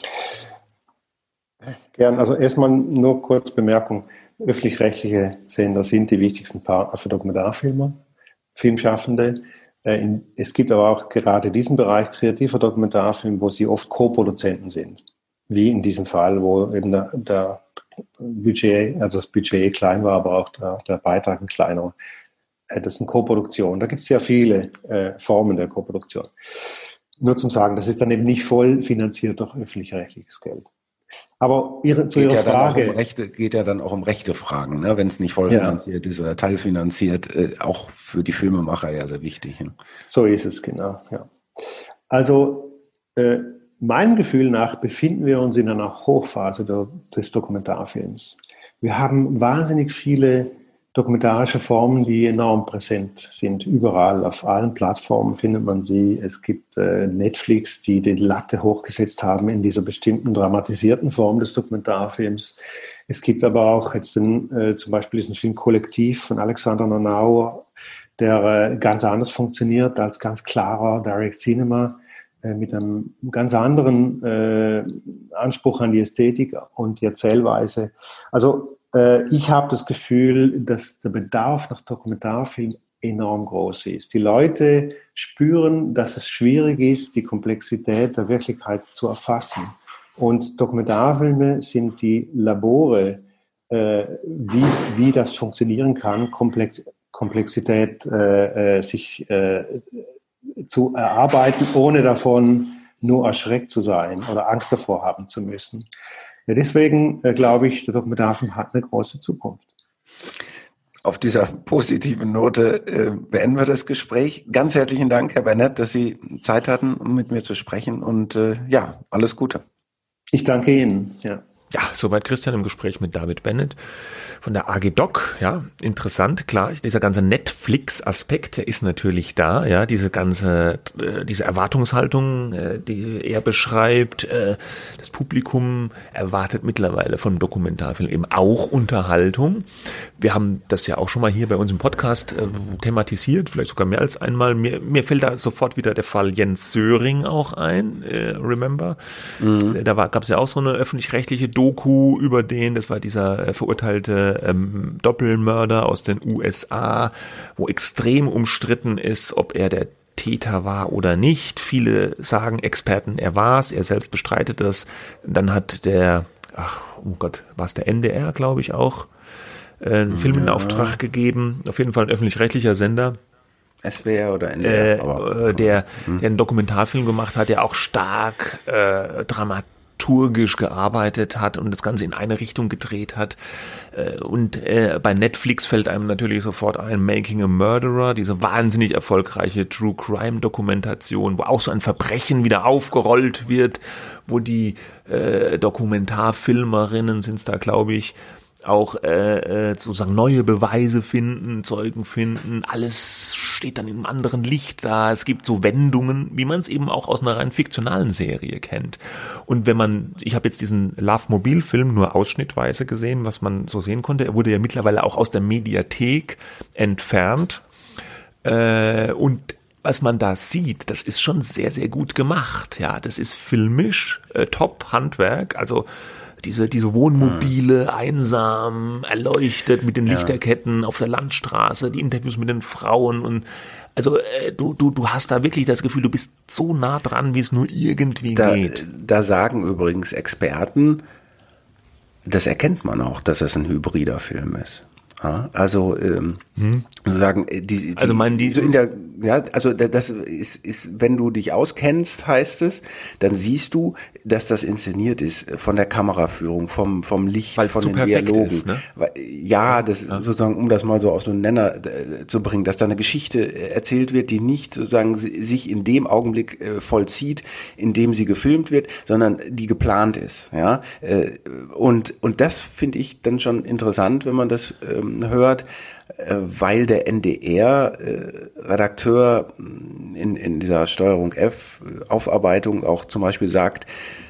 Gern. Also erstmal nur kurz Bemerkung. Öffentlich-rechtliche Sender sind die wichtigsten Partner für Dokumentarfilmer, Filmschaffende. Es gibt aber auch gerade diesen Bereich kreativer Dokumentarfilm, wo sie oft Co-Produzenten sind. Wie in diesem Fall, wo eben der, der Budget, also das Budget klein war, aber auch der, der Beitrag ein kleiner. Das ist eine Co-Produktion. Da gibt es sehr viele äh, Formen der Co-Produktion. Nur zum Sagen, das ist dann eben nicht voll finanziert durch öffentlich-rechtliches Geld. Aber ihre, zu geht Ihrer ja Frage... Um Rechte, geht ja dann auch um rechte Fragen, ne? Wenn es nicht voll ja. finanziert ist oder teilfinanziert, äh, auch für die Filmemacher ja sehr wichtig. Ne? So ist es, genau. Ja. Also äh, meinem Gefühl nach befinden wir uns in einer Hochphase der, des Dokumentarfilms. Wir haben wahnsinnig viele dokumentarische Formen, die enorm präsent sind. Überall, auf allen Plattformen findet man sie. Es gibt äh, Netflix, die die Latte hochgesetzt haben in dieser bestimmten dramatisierten Form des Dokumentarfilms. Es gibt aber auch jetzt den, äh, zum Beispiel diesen Film Kollektiv von Alexander Nanauer, der äh, ganz anders funktioniert als ganz klarer Direct Cinema, äh, mit einem ganz anderen äh, Anspruch an die Ästhetik und die Erzählweise. Also ich habe das Gefühl, dass der Bedarf nach Dokumentarfilm enorm groß ist. Die Leute spüren, dass es schwierig ist, die Komplexität der Wirklichkeit zu erfassen. Und Dokumentarfilme sind die Labore, äh, wie, wie das funktionieren kann, Komplex, Komplexität äh, sich äh, zu erarbeiten, ohne davon nur erschreckt zu sein oder Angst davor haben zu müssen. Ja, deswegen äh, glaube ich, der Dokumentarfilm hat eine große Zukunft. Auf dieser positiven Note äh, beenden wir das Gespräch. Ganz herzlichen Dank, Herr Bennett, dass Sie Zeit hatten, um mit mir zu sprechen. Und äh, ja, alles Gute. Ich danke Ihnen. Ja. Ja, soweit Christian im Gespräch mit David Bennett von der A G Doc. Ja, interessant, klar, dieser ganze Netflix-Aspekt, der ist natürlich da, ja, diese ganze, äh, diese Erwartungshaltung, äh, die er beschreibt, äh, das Publikum erwartet mittlerweile vom Dokumentarfilm eben auch Unterhaltung. Wir haben das ja auch schon mal hier bei uns im Podcast äh, thematisiert, vielleicht sogar mehr als einmal. Mir, mir fällt da sofort wieder der Fall Jens Söring auch ein, äh, remember? Mhm. Da war, gab es ja auch so eine öffentlich-rechtliche Doku über den, das war dieser äh, verurteilte ähm, Doppelmörder aus den U S A, wo extrem umstritten ist, ob er der Täter war oder nicht. Viele sagen, Experten, er war's, er selbst bestreitet das. Dann hat der, ach, oh Gott, war es der N D R, glaube ich auch, äh, einen ja. Film in Auftrag gegeben, auf jeden Fall ein öffentlich-rechtlicher Sender. S W R oder N D R, äh, aber, der, hm. der einen Dokumentarfilm gemacht hat, der auch stark äh, dramaturgisch gearbeitet hat und das Ganze in eine Richtung gedreht hat. Und äh, bei Netflix fällt einem natürlich sofort ein Making a Murderer, diese wahnsinnig erfolgreiche True Crime Dokumentation, wo auch so ein Verbrechen wieder aufgerollt wird, wo die äh, Dokumentarfilmerinnen sind es da, glaube ich, auch äh, sozusagen neue Beweise finden, Zeugen finden, alles steht dann in einem anderen Licht da, es gibt so Wendungen, wie man es eben auch aus einer rein fiktionalen Serie kennt. Und wenn man, ich habe jetzt diesen Love-Mobil-Film nur ausschnittweise gesehen, was man so sehen konnte, er wurde ja mittlerweile auch aus der Mediathek entfernt äh, und was man da sieht, das ist schon sehr, sehr gut gemacht, ja, das ist filmisch, äh, Top-Handwerk, also Diese, diese Wohnmobile, einsam, erleuchtet mit den Lichterketten ja. auf der Landstraße, die Interviews mit den Frauen und also äh, du, du, du hast da wirklich das Gefühl, du bist so nah dran, wie es nur irgendwie da, geht. Da sagen übrigens Experten, das erkennt man auch, dass es ein hybrider Film ist. Ja, also ähm, hm. sagen die, die also meinen die so in der ja also das ist ist wenn du dich auskennst, heißt es, dann siehst du, dass das inszeniert ist von der Kameraführung, vom vom Licht, Weil's von zu den perfekt Dialogen. Ist, ne? Ja, das ja. sozusagen, um das mal so auf so einen Nenner äh, zu bringen, dass da eine Geschichte erzählt wird, die nicht sozusagen sich in dem Augenblick äh, vollzieht, in dem sie gefilmt wird, sondern die geplant ist. Ja, äh, und und das finde ich dann schon interessant, wenn man das ähm, hört, weil der N D R-Redakteur in, in dieser Steuerung F-Aufarbeitung auch zum Beispiel sagt,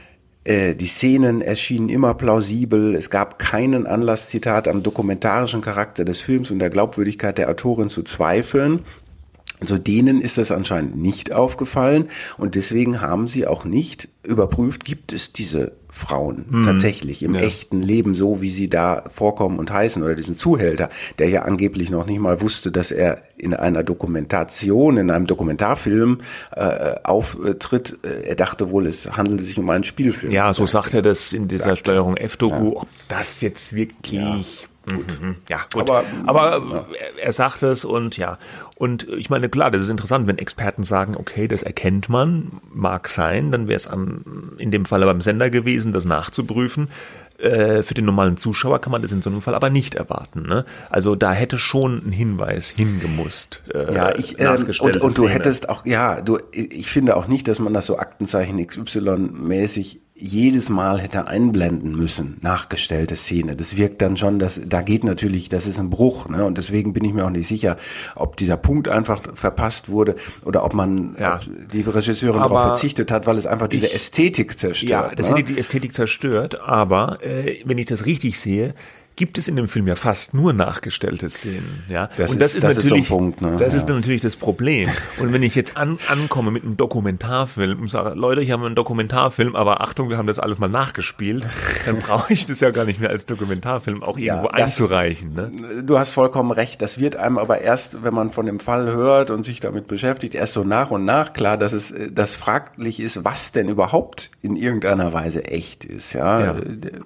die Szenen erschienen immer plausibel, es gab keinen Anlass, Zitat, am dokumentarischen Charakter des Films und der Glaubwürdigkeit der Autorin zu zweifeln. Also denen ist das anscheinend nicht aufgefallen und deswegen haben sie auch nicht überprüft, gibt es diese Frauen hm. tatsächlich im ja. echten Leben so, wie sie da vorkommen und heißen, oder diesen Zuhälter, der ja angeblich noch nicht mal wusste, dass er in einer Dokumentation, in einem Dokumentarfilm äh, auftritt. Er dachte wohl, es handelte sich um einen Spielfilm. Ja, so sagt er das in dieser ja. Steuerung F-Doku, ja. ob das jetzt wirklich... Ja. Gut. Mhm. Ja, gut. Aber, aber ja. er sagt es und ja. Und ich meine, klar, das ist interessant, wenn Experten sagen, okay, das erkennt man, mag sein, dann wäre es in dem Fall beim Sender gewesen, das nachzuprüfen. Äh, für den normalen Zuschauer kann man das in so einem Fall aber nicht erwarten. Ne? Also da hätte schon ein Hinweis hingemusst. Äh, ja, ich, ähm, und, und du hättest auch, ja, du, ich finde auch nicht, dass man das so Aktenzeichen X Y-mäßig jedes Mal hätte einblenden müssen, nachgestellte Szene. Das wirkt dann schon, dass da geht natürlich, das ist ein Bruch, ne? Und deswegen bin ich mir auch nicht sicher, ob dieser Punkt einfach verpasst wurde oder ob man ja. ob die Regisseurin aber darauf verzichtet hat, weil es einfach diese ich, Ästhetik zerstört. Ja, das ne? hätte die Ästhetik zerstört, aber äh, wenn ich das richtig sehe, gibt es in dem Film ja fast nur nachgestellte Szenen, ja. Das und das ist, ist das natürlich, ist so ein Punkt, ne? das ja. ist dann natürlich das Problem. Und wenn ich jetzt an, ankomme mit einem Dokumentarfilm und sage, Leute, hier haben wir einen Dokumentarfilm, aber Achtung, wir haben das alles mal nachgespielt, dann brauche ich das ja gar nicht mehr als Dokumentarfilm auch irgendwo ja, das, einzureichen, ne? Du hast vollkommen recht. Das wird einem aber erst, wenn man von dem Fall hört und sich damit beschäftigt, erst so nach und nach klar, dass es, das fraglich ist, was denn überhaupt in irgendeiner Weise echt ist, ja. ja.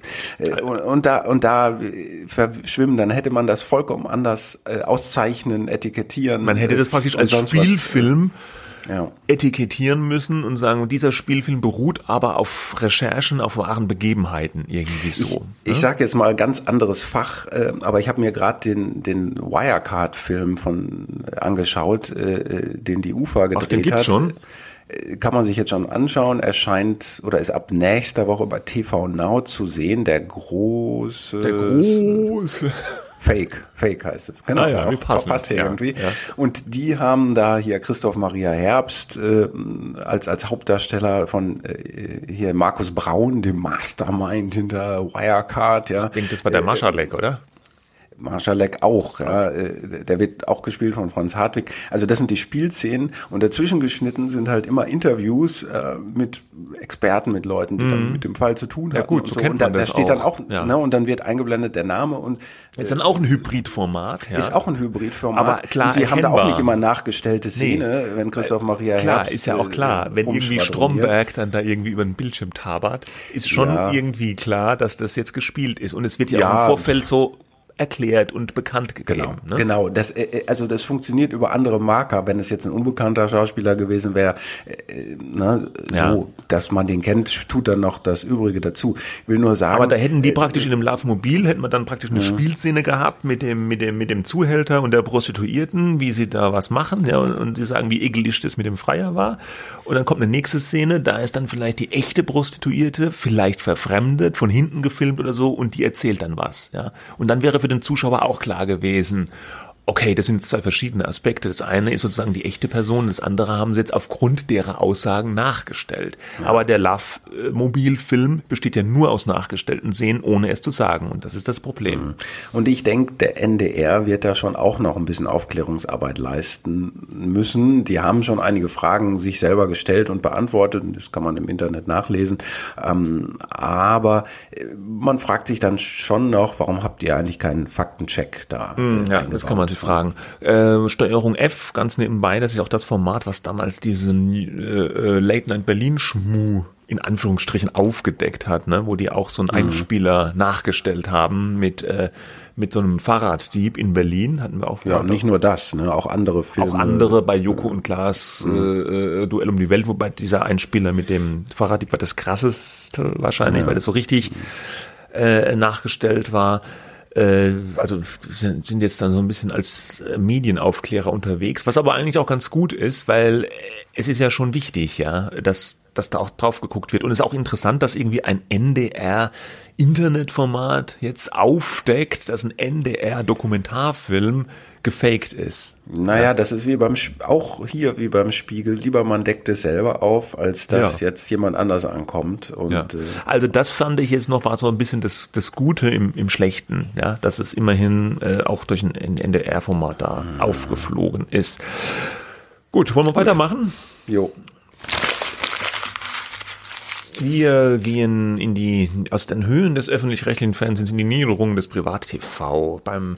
Und, und da, und da verschwimmen, dann hätte man das vollkommen anders äh, auszeichnen, etikettieren. Man hätte das praktisch als Spielfilm ja. etikettieren müssen und sagen, dieser Spielfilm beruht aber auf Recherchen, auf wahren Begebenheiten, irgendwie so. Ich, ne? ich sage jetzt mal ganz anderes Fach, äh, aber ich habe mir gerade den den Wirecard-Film von äh, angeschaut, äh, den die U F A gedreht Ach, den gibt's hat. schon? Kann man sich jetzt schon anschauen, erscheint oder ist ab nächster Woche bei T V Now zu sehen, der große... Der große... Fake, Fake heißt es. Genau, ah ja, auch, wie passend, passt ja, irgendwie. Ja. Und die haben da hier Christoph Maria Herbst äh, als als Hauptdarsteller von äh, hier Markus Braun, dem Mastermind hinter Wirecard. Ja. Ich denke, das war der Maschalek, oder? Marschalek auch, ja, der wird auch gespielt von Franz Hartwig. Also das sind die Spielszenen und dazwischen geschnitten sind halt immer Interviews äh, mit Experten, mit Leuten, die mm. dann mit dem Fall zu tun haben. Ja gut, so, so. kennt und da, man das da steht auch. dann auch, ja. ne, und dann wird eingeblendet der Name und äh, ist dann auch ein Hybridformat. Ja. Ist auch ein Hybridformat. Aber klar, und die erkennbar. haben da auch nicht immer nachgestellte Szene, nee. wenn Christoph Maria klar, Herbst. Ist ja auch klar, wenn irgendwie Stromberg dann da irgendwie über den Bildschirm tabert, ist schon ja. irgendwie klar, dass das jetzt gespielt ist und es wird ja, ja. auch im Vorfeld so erklärt und bekannt gegeben. Genau, ne? genau. Das, also das funktioniert über andere Marker. Wenn es jetzt ein unbekannter Schauspieler gewesen wäre, äh, ne, ja. so, dass man den kennt, tut dann noch das Übrige dazu. Ich will nur sagen. Aber da hätten die praktisch in dem Love Mobil, hätten wir dann praktisch eine ja. Spielszene gehabt mit dem, mit dem, mit dem Zuhälter und der Prostituierten, wie sie da was machen, ja, und, und sie sagen, wie ekelig das mit dem Freier war. Und dann kommt eine nächste Szene, da ist dann vielleicht die echte Prostituierte, vielleicht verfremdet, von hinten gefilmt oder so, und die erzählt dann was, ja. Und dann wäre für den Zuschauer auch klar gewesen, okay, das sind zwei verschiedene Aspekte. Das eine ist sozusagen die echte Person, das andere haben sie jetzt aufgrund derer Aussagen nachgestellt. Ja. Aber der Love-Mobil-Film besteht ja nur aus nachgestellten Szenen, ohne es zu sagen. Und das ist das Problem. Und ich denke, der N D R wird da schon auch noch ein bisschen Aufklärungsarbeit leisten müssen. Die haben schon einige Fragen sich selber gestellt und beantwortet. Das kann man im Internet nachlesen. Aber man fragt sich dann schon noch, warum habt ihr eigentlich keinen Faktencheck da? Ja, das kann man sich fragen. Äh, Steuerung F, ganz nebenbei, das ist auch das Format, was damals diesen äh, Late Night Berlin Schmu in Anführungsstrichen aufgedeckt hat, ne, wo die auch so einen mhm. Einspieler nachgestellt haben mit äh, mit so einem Fahrraddieb in Berlin, hatten wir auch. Ja, nicht nur das, ne, auch andere Filme. Auch andere, bei Joko und Klaas, mhm. äh, Duell um die Welt, wobei dieser Einspieler mit dem Fahrraddieb war das krasseste wahrscheinlich, ja. weil das so richtig äh, nachgestellt war. Äh, also sind jetzt dann so ein bisschen als Medienaufklärer unterwegs, was aber eigentlich auch ganz gut ist, weil es ist ja schon wichtig, ja, dass dass da auch drauf geguckt wird. Und es ist auch interessant, dass irgendwie ein N D R-Internetformat jetzt aufdeckt, dass ein N D R-Dokumentarfilm gefaked ist. Naja, ja. das ist wie beim, auch hier wie beim Spiegel. Lieber man deckt es selber auf, als dass ja. jetzt jemand anders ankommt. Und, ja. Also das fand ich jetzt noch mal so ein bisschen das, das Gute im, im Schlechten, ja, dass es immerhin äh, auch durch ein N D R-Format da mhm. aufgeflogen ist. Gut, wollen wir Gut. weitermachen? Jo. Wir gehen in die, aus den Höhen des öffentlich-rechtlichen Fernsehens in die Niederungen des Privat-T V. Beim,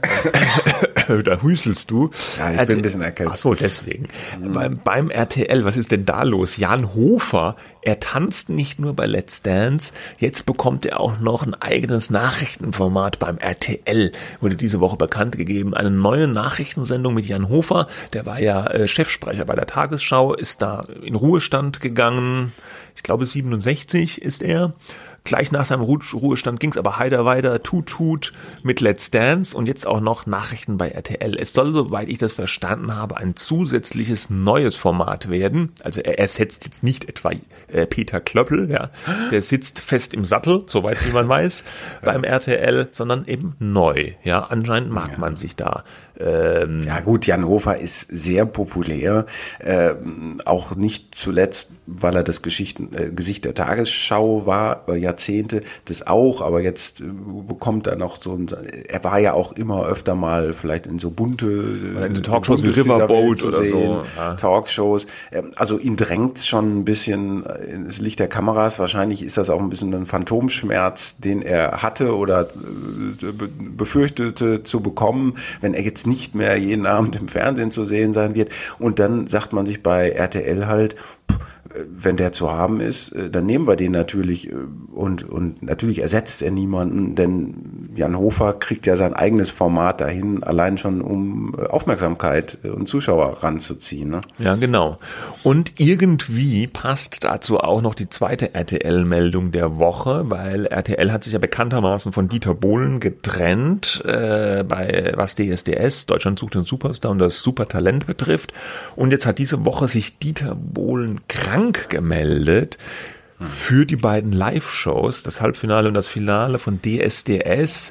da hüstelst du. Ja, ich bin ein bisschen erkältet. Ach so, deswegen. Mhm. Beim, beim R T L, was ist denn da los? Jan Hofer, er tanzt nicht nur bei Let's Dance, jetzt bekommt er auch noch ein eigenes Nachrichtenformat beim R T L. Wurde diese Woche bekannt gegeben. Eine neue Nachrichtensendung mit Jan Hofer, der war ja äh, Chefsprecher bei der Tagesschau, ist da in Ruhestand gegangen. Ich glaube siebenundsechzig ist er. Gleich nach seinem Ruhestand ging es aber heiter weiter, tut tut mit Let's Dance und jetzt auch noch Nachrichten bei R T L. Es soll, soweit ich das verstanden habe, ein zusätzliches neues Format werden. Also er ersetzt jetzt nicht etwa äh, Peter Klöppel, ja, der sitzt fest im Sattel, soweit wie man weiß, beim R T L, sondern eben neu. Ja, anscheinend mag ja. man sich da. Ähm, ja gut, Jan Hofer ist sehr populär, ähm, auch nicht zuletzt, weil er das Geschichten, äh, Gesicht der Tagesschau war, über Jahrzehnte, das auch, aber jetzt äh, bekommt er noch so ein, er war ja auch immer öfter mal vielleicht in so bunte in so Talkshows wie Riverboat oder sehen, so. Ja. Talkshows, ähm, also ihn drängt schon ein bisschen ins Licht der Kameras, wahrscheinlich ist das auch ein bisschen ein Phantomschmerz, den er hatte oder äh, befürchtete zu bekommen, wenn er jetzt nicht mehr jeden Abend im Fernsehen zu sehen sein wird. Und dann sagt man sich bei R T L halt, wenn der zu haben ist, dann nehmen wir den natürlich und, und natürlich ersetzt er niemanden, denn Jan Hofer kriegt ja sein eigenes Format dahin, allein schon um Aufmerksamkeit und Zuschauer ranzuziehen. Ne? Ja, genau. Und irgendwie passt dazu auch noch die zweite R T L-Meldung der Woche, weil R T L hat sich ja bekanntermaßen von Dieter Bohlen getrennt, äh, bei was D S D S, Deutschland sucht den Superstar und das Supertalent betrifft. Und jetzt hat diese Woche sich Dieter Bohlen krank gemeldet für die beiden Live-Shows, das Halbfinale und das Finale von D S D S.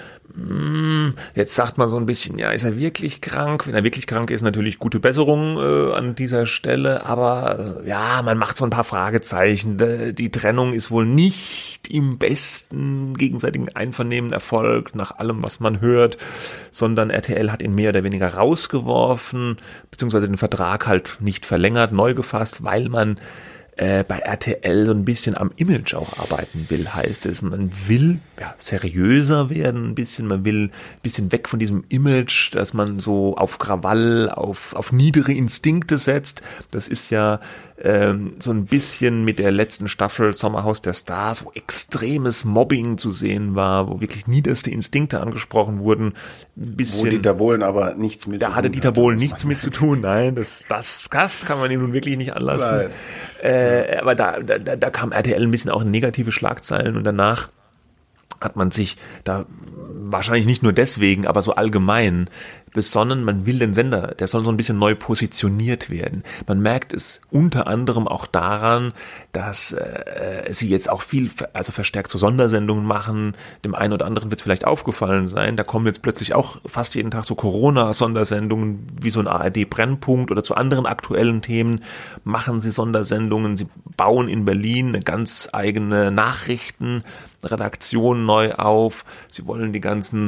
Jetzt sagt man so ein bisschen, ja, ist er wirklich krank? Wenn er wirklich krank ist, natürlich gute Besserung äh, an dieser Stelle, aber äh, ja, man macht so ein paar Fragezeichen. Die Trennung ist wohl nicht im besten gegenseitigen Einvernehmen erfolgt, nach allem, was man hört, sondern R T L hat ihn mehr oder weniger rausgeworfen, beziehungsweise den Vertrag halt nicht verlängert, neu gefasst, weil man äh, bei R T L so ein bisschen am Image auch arbeiten will, heißt es. Man will ja, seriöser werden, ein bisschen, man will ein bisschen weg von diesem Image, dass man so auf Krawall, auf, auf niedere Instinkte setzt. Das ist ja ähm, so ein bisschen mit der letzten Staffel Sommerhaus der Stars, wo extremes Mobbing zu sehen war, wo wirklich niederste Instinkte angesprochen wurden. Ein bisschen, wo Dieter Bohlen aber nichts mit zu tun hat. Da hatte Dieter Bohlen nichts mit zu tun, nein, das, das, das kann man ihm nun wirklich nicht anlassen. Äh, aber da, da, da kam R T L ein bisschen auch in negative Schlagzeilen und danach hat man sich da wahrscheinlich nicht nur deswegen, aber so allgemein besonnen, man will den Sender, der soll so ein bisschen neu positioniert werden. Man merkt es unter anderem auch daran, dass äh, sie jetzt auch viel, also verstärkt so Sondersendungen machen. Dem einen oder anderen wird es vielleicht aufgefallen sein, da kommen jetzt plötzlich auch fast jeden Tag so Corona-Sondersendungen wie so ein A R D-Brennpunkt oder zu anderen aktuellen Themen machen sie Sondersendungen. Sie bauen in Berlin eine ganz eigene Nachrichtenredaktion neu auf. Sie wollen die ganzen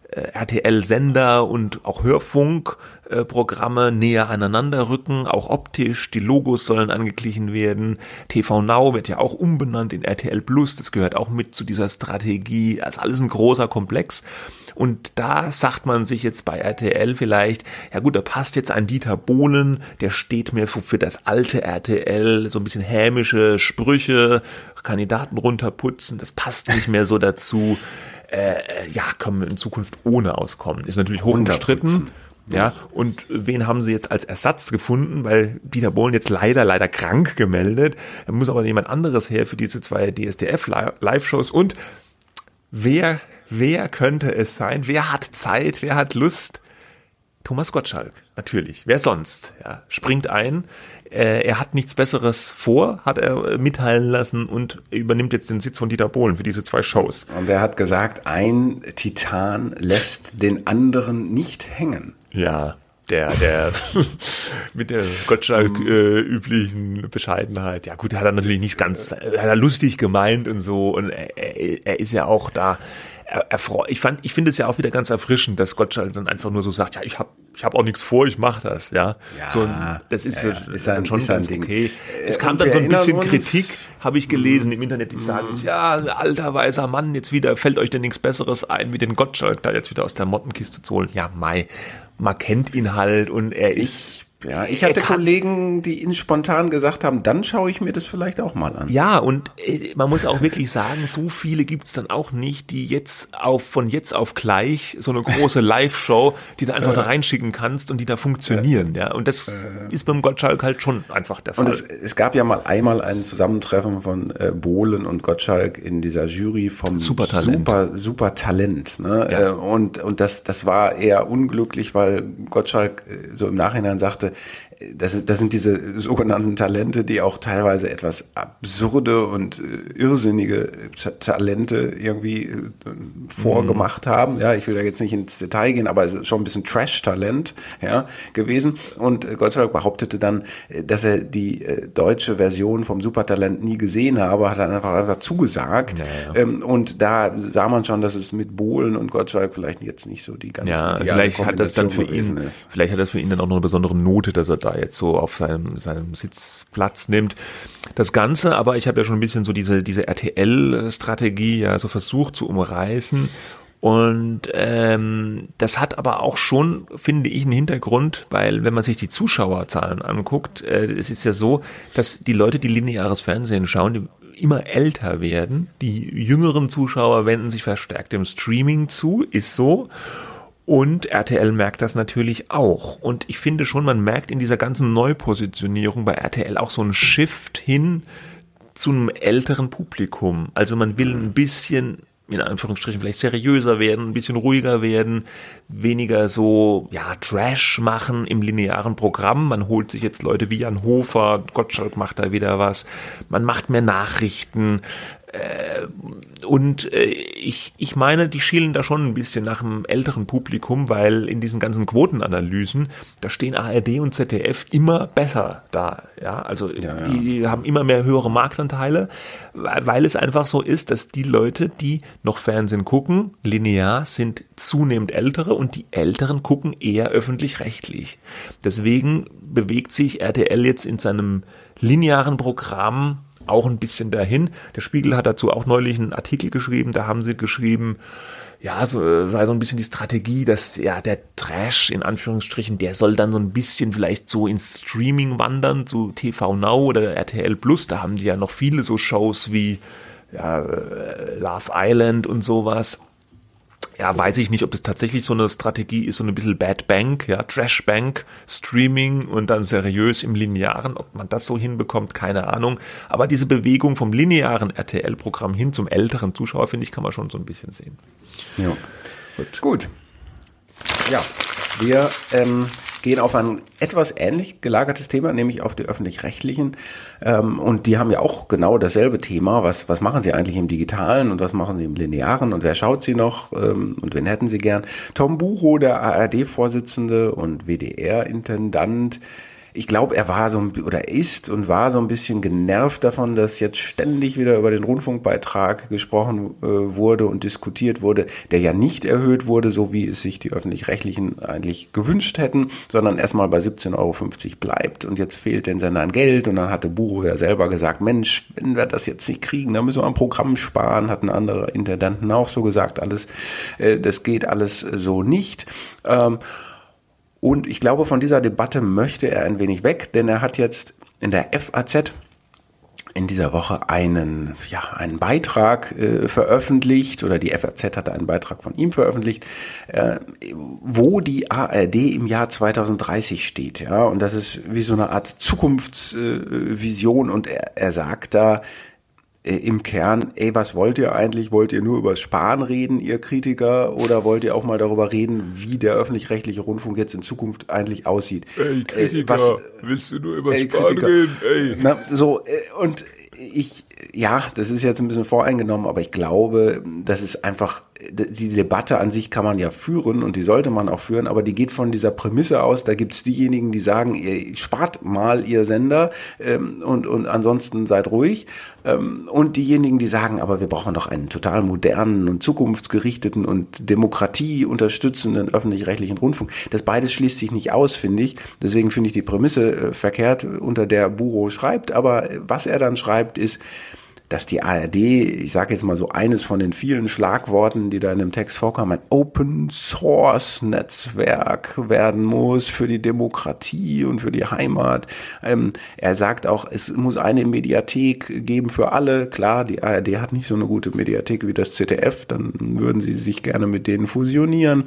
R T L-Sender und auch Hörfunkprogramme näher aneinander rücken, auch optisch. Die Logos sollen angeglichen werden. T V Now wird ja auch umbenannt in R T L Plus. Das gehört auch mit zu dieser Strategie. Das ist alles ein großer Komplex. Und da sagt man sich jetzt bei R T L vielleicht, ja gut, da passt jetzt ein Dieter Bohlen, der steht mir für, für das alte R T L, so ein bisschen hämische Sprüche, Kandidaten runterputzen, das passt nicht mehr so dazu. Äh, ja, können wir in Zukunft ohne auskommen. Ist natürlich hoch umstritten. Ja, und wen haben sie jetzt als Ersatz gefunden? Weil Dieter Bohlen jetzt leider, leider krank gemeldet. Da muss aber jemand anderes her für diese zwei D S D F-Live-Shows. Und wer, wer könnte es sein? Wer hat Zeit? Wer hat Lust? Thomas Gottschalk, natürlich. Wer sonst? Ja, springt ein. Äh, er hat nichts Besseres vor, hat er mitteilen lassen und übernimmt jetzt den Sitz von Dieter Bohlen für diese zwei Shows. Und er hat gesagt, ein Titan lässt den anderen nicht hängen. Ja, der, der mit der Gottschalk äh, üblichen Bescheidenheit. Ja gut, der hat er natürlich nicht ganz, hat er lustig gemeint und so. Und er, er, er ist ja auch da. Erfreut. Ich fand, ich finde es ja auch wieder ganz erfrischend, dass Gottschalk dann einfach nur so sagt, ja, ich habe ich hab auch nichts vor, ich mache das, ja. ja so, das ist, ja, ist dann dann schon ganz Ding. okay. Es kam dann so ein bisschen Kritik, habe ich gelesen im Internet, die sagen, ja, ein alter weißer Mann, jetzt wieder, fällt euch denn nichts Besseres ein, wie den Gottschalk da jetzt wieder aus der Mottenkiste zu holen. Ja, Mai, man kennt ihn halt und er ist... Ich Ja, ich hatte Kollegen, die ihnen spontan gesagt haben, dann schaue ich mir das vielleicht auch mal an. Ja, und äh, man muss auch wirklich sagen, so viele gibt's dann auch nicht, die jetzt auf von jetzt auf gleich so eine große Live-Show, die du einfach da reinschicken kannst und die da funktionieren. Ja, und das äh. ist beim Gottschalk halt schon einfach der Fall. Und es, es gab ja mal einmal ein Zusammentreffen von äh, Bohlen und Gottschalk in dieser Jury vom Supertalent. Super, Super Talent. Ne? Ja. Äh, und und das, das war eher unglücklich, weil Gottschalk äh, so im Nachhinein sagte, Das, das sind diese sogenannten Talente, die auch teilweise etwas absurde und äh, irrsinnige Ta- Talente irgendwie äh, vorgemacht mhm. haben. Ja, ich will da jetzt nicht ins Detail gehen, aber es ist schon ein bisschen Trash-Talent ja, gewesen. Und äh, Gottschalk behauptete dann, äh, dass er die äh, deutsche Version vom Supertalent nie gesehen habe, hat er einfach, einfach zugesagt. Naja. Ähm, und da sah man schon, dass es mit Bohlen und Gottschalk vielleicht jetzt nicht so die ganze Ja, vielleicht hat das dann für ihn, ist. vielleicht hat das für ihn dann auch noch eine besondere Note, dass er da jetzt so auf seinem, seinem Sitzplatz nimmt. Das Ganze, aber ich habe ja schon ein bisschen so diese, diese R T L-Strategie ja so versucht zu umreißen. Und ähm, das hat aber auch schon, finde ich, einen Hintergrund, weil wenn man sich die Zuschauerzahlen anguckt, äh, es ist ja so, dass die Leute, die lineares Fernsehen schauen, die immer älter werden. Die jüngeren Zuschauer wenden sich verstärkt dem Streaming zu, ist so. Und R T L merkt das natürlich auch. Und ich finde schon, man merkt in dieser ganzen Neupositionierung bei R T L auch so einen Shift hin zu einem älteren Publikum. Also man will ein bisschen, in Anführungsstrichen, vielleicht seriöser werden, ein bisschen ruhiger werden, weniger so, ja, Trash machen im linearen Programm. Man holt sich jetzt Leute wie Jan Hofer, Gottschalk macht da wieder was. Man macht mehr Nachrichten. Und ich, ich meine, die schielen da schon ein bisschen nach einem älteren Publikum, weil in diesen ganzen Quotenanalysen, da stehen A R D und Z D F immer besser da. Ja, also ja, ja. die haben immer mehr höhere Marktanteile, weil es einfach so ist, dass die Leute, die noch Fernsehen gucken, linear, sind zunehmend ältere und die Älteren gucken eher öffentlich-rechtlich. Deswegen bewegt sich R T L jetzt in seinem linearen Programm auch ein bisschen dahin. Der Spiegel hat dazu auch neulich einen Artikel geschrieben, da haben sie geschrieben, ja, so sei so ein bisschen die Strategie, dass ja der Trash in Anführungsstrichen, der soll dann so ein bisschen vielleicht so ins Streaming wandern, zu T V Now oder R T L Plus, da haben die ja noch viele so Shows wie ja, Love Island und sowas. Ja, weiß ich nicht, ob das tatsächlich so eine Strategie ist, so ein bisschen Bad Bank, ja, Trash Bank, Streaming und dann seriös im Linearen, ob man das so hinbekommt, keine Ahnung. Aber diese Bewegung vom linearen R T L-Programm hin zum älteren Zuschauer, finde ich, kann man schon so ein bisschen sehen. Ja, gut. Gut. Ja, wir ähm, gehen auf ein etwas ähnlich gelagertes Thema, nämlich auf die Öffentlich-Rechtlichen. Ähm, und die haben ja auch genau dasselbe Thema. Was, was machen sie eigentlich im Digitalen und was machen sie im Linearen und wer schaut sie noch ähm, und wen hätten sie gern? Tom Buchow, der A R D-Vorsitzende und W D R-Intendant, ich glaube, er war so ein, oder ist und war so ein bisschen genervt davon, dass jetzt ständig wieder über den Rundfunkbeitrag gesprochen äh, wurde und diskutiert wurde, der ja nicht erhöht wurde, so wie es sich die Öffentlich-Rechtlichen eigentlich gewünscht hätten, sondern erstmal bei siebzehn Euro fünfzig bleibt und jetzt fehlt den Sendern Geld und dann hatte Buro ja selber gesagt, Mensch, wenn wir das jetzt nicht kriegen, dann müssen wir am Programm sparen, hatten andere Intendanten auch so gesagt, alles, äh, das geht alles so nicht. Ähm, Und ich glaube, von dieser Debatte möchte er ein wenig weg, denn er hat jetzt in der F A Z in dieser Woche einen, ja, einen Beitrag äh, veröffentlicht, oder die F A Z hatte einen Beitrag von ihm veröffentlicht, äh, wo die A R D im Jahr zweitausenddreißig steht, ja, und das ist wie so eine Art Zukunftsvision, äh, und er, er sagt da, im Kern, ey, was wollt ihr eigentlich? Wollt ihr nur über das Sparen reden, ihr Kritiker, oder wollt ihr auch mal darüber reden, wie der öffentlich-rechtliche Rundfunk jetzt in Zukunft eigentlich aussieht? Ey, Kritiker, was, willst du nur über ey, Sparen Kritiker, reden? Ey. Na, so, und ich, ja, das ist jetzt ein bisschen voreingenommen, aber ich glaube, das ist einfach, die Debatte an sich kann man ja führen und die sollte man auch führen, aber die geht von dieser Prämisse aus, da gibt's diejenigen, die sagen, ihr spart mal ihr Sender ähm, und, und ansonsten seid ruhig, ähm, und diejenigen, die sagen, aber wir brauchen doch einen total modernen und zukunftsgerichteten und Demokratie unterstützenden öffentlich-rechtlichen Rundfunk. Das beides schließt sich nicht aus, finde ich. Deswegen finde ich die Prämisse äh, verkehrt, unter der Buro schreibt, aber was er dann schreibt, ist, dass die A R D, ich sage jetzt mal so eines von den vielen Schlagworten, die da in dem Text vorkamen, ein Open-Source-Netzwerk werden muss für die Demokratie und für die Heimat. Ähm, er sagt auch, es muss eine Mediathek geben für alle. Klar, die A R D hat nicht so eine gute Mediathek wie das Z D F, dann würden sie sich gerne mit denen fusionieren.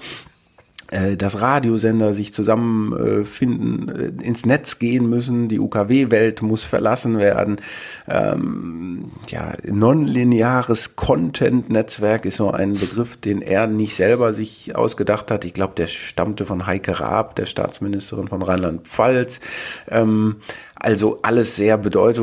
Dass Radiosender sich zusammenfinden, äh, ins Netz gehen müssen, die U K W-Welt muss verlassen werden. Ähm, ja, nonlineares Content-Netzwerk ist so ein Begriff, den er nicht selber sich ausgedacht hat. Ich glaube, der stammte von Heike Raab, der Staatsministerin von Rheinland-Pfalz. Ähm, Also alles sehr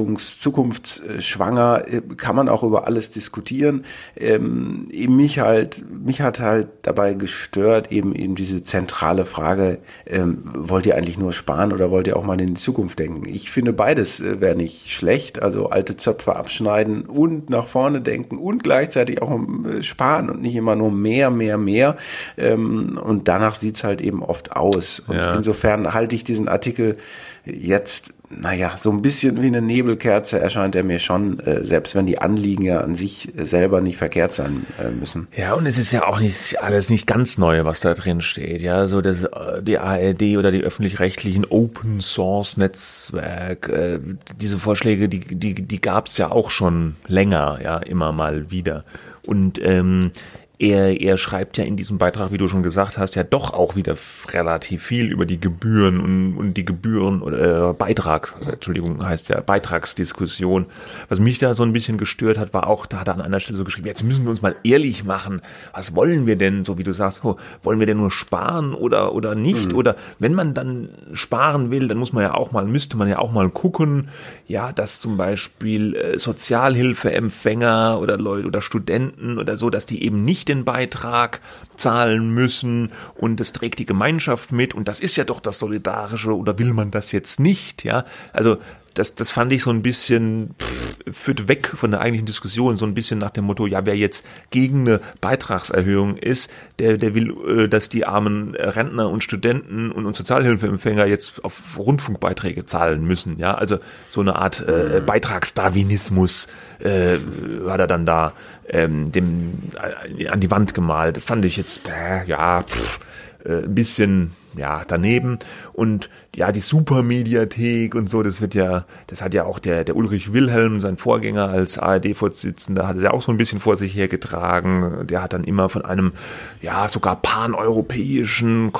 bedeutungszukunftsschwanger, kann man auch über alles diskutieren. Ähm, mich halt, mich hat halt dabei gestört eben eben diese zentrale Frage, ähm, wollt ihr eigentlich nur sparen oder wollt ihr auch mal in die Zukunft denken? Ich finde beides äh, wäre nicht schlecht, also alte Zöpfe abschneiden und nach vorne denken und gleichzeitig auch äh, sparen und nicht immer nur mehr, mehr, mehr. Ähm, und danach sieht's halt eben oft aus. Und ja. Insofern halte ich diesen Artikel jetzt, naja, so ein bisschen wie eine Nebelkerze erscheint er mir schon, äh, selbst wenn die Anliegen ja an sich äh, selber nicht verkehrt sein äh, müssen. Ja, und es ist ja auch nicht alles nicht ganz neu, was da drin steht. Ja, so das die A R D oder die öffentlich-rechtlichen Open Source Netzwerk, äh, diese Vorschläge, die die die gab's ja auch schon länger, ja, immer mal wieder. Und ähm, Er, er schreibt ja in diesem Beitrag, wie du schon gesagt hast, ja doch auch wieder relativ viel über die Gebühren und, und die Gebühren oder äh, Beitrag, Entschuldigung, heißt ja Beitragsdiskussion. Was mich da so ein bisschen gestört hat, war auch, da hat er an einer Stelle so geschrieben, jetzt müssen wir uns mal ehrlich machen. Was wollen wir denn, so wie du sagst, oh, wollen wir denn nur sparen oder oder nicht? Mhm. Oder wenn man dann sparen will, dann muss man ja auch mal, müsste man ja auch mal gucken, ja, dass zum Beispiel äh, Sozialhilfeempfänger oder Leute oder Studenten oder so, dass die eben nicht den Beitrag zahlen müssen und das trägt die Gemeinschaft mit und das ist ja doch das Solidarische oder will man das jetzt nicht, ja, also das, das fand ich so ein bisschen, pff, führt weg von der eigentlichen Diskussion, so ein bisschen nach dem Motto, ja, wer jetzt gegen eine Beitragserhöhung ist, der, der will, äh, dass die armen Rentner und Studenten und, und Sozialhilfeempfänger jetzt auf Rundfunkbeiträge zahlen müssen, ja, also so eine Art äh, Beitragsdarwinismus äh, war da dann da ähm, dem äh, an die Wand gemalt, fand ich jetzt, äh, ja, pff, äh, ein bisschen, ja, daneben. Und ja, die Supermediathek und so, das wird ja, das hat ja auch der, der Ulrich Wilhelm, sein Vorgänger als A R D-Vorsitzender, hat es ja auch so ein bisschen vor sich hergetragen. Der hat dann immer von einem, ja, sogar paneuropäischen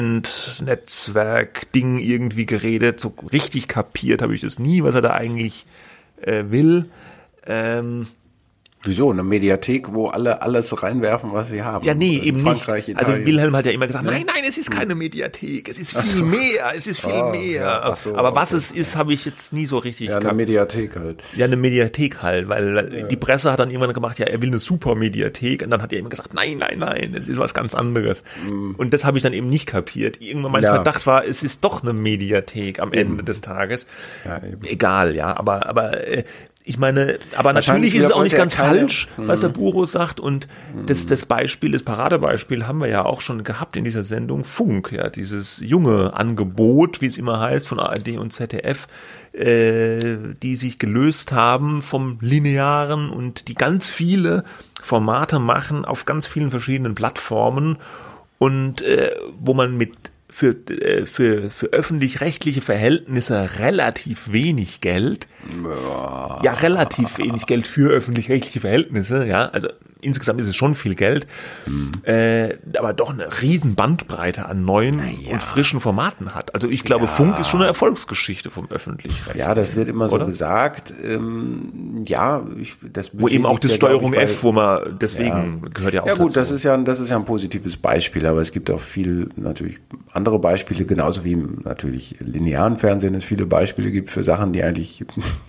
Content-Netzwerk-Ding irgendwie geredet. So richtig kapiert habe ich das nie, was er da eigentlich äh, will. Ähm, Wieso? Eine Mediathek, wo alle alles reinwerfen, was sie haben. Ja, nee, eben Frankreich, nicht. Italien. Also Wilhelm hat ja immer gesagt, Ja. nein, nein, es ist keine Mediathek, es ist viel mehr, es ist viel Ah, mehr. ja, ach so, Aber was okay. es ist, habe ich jetzt nie so richtig Ja, eine gehabt. Mediathek halt. Ja, eine Mediathek halt, weil die Presse hat dann irgendwann gemacht, ja, er will eine Super-Mediathek und dann hat er immer gesagt, nein, nein, nein, es ist was ganz anderes. Und das habe ich dann eben nicht kapiert. Irgendwann mein Ja. Verdacht war, es ist doch eine Mediathek am Ende des Tages. Ja, eben. Egal, ja, aber, aber äh, ich meine, aber Wahrscheinlich natürlich ist es auch wollte nicht er ganz keine- falsch, was der Buro sagt. Und das, das Beispiel, das Paradebeispiel haben wir ja auch schon gehabt in dieser Sendung Funk, ja, dieses junge Angebot, wie es immer heißt, von A R D und Z D F, äh, die sich gelöst haben vom Linearen und die ganz viele Formate machen auf ganz vielen verschiedenen Plattformen und äh, wo man mit für, äh, für, für öffentlich-rechtliche Verhältnisse relativ wenig Geld, ja, relativ wenig Geld für öffentlich-rechtliche Verhältnisse, ja, also insgesamt ist es schon viel Geld, Mhm. äh, aber doch eine riesen Bandbreite an neuen ja. und frischen Formaten hat. Also ich glaube, Ja. Funk ist schon eine Erfolgsgeschichte vom öffentlich-rechtlichen. Ja, das wird immer so Oder? gesagt. Ähm, ja, ich, das Wo eben auch liegt das ja, glaub Steuerung ich, bei- F, wo man, deswegen gehört ja auch Ja gut, dazu. das ist ja, das ist ja ein positives Beispiel, aber es gibt auch viel, natürlich andere Beispiele, genauso wie im natürlich linearen Fernsehen es viele Beispiele gibt für Sachen, die eigentlich,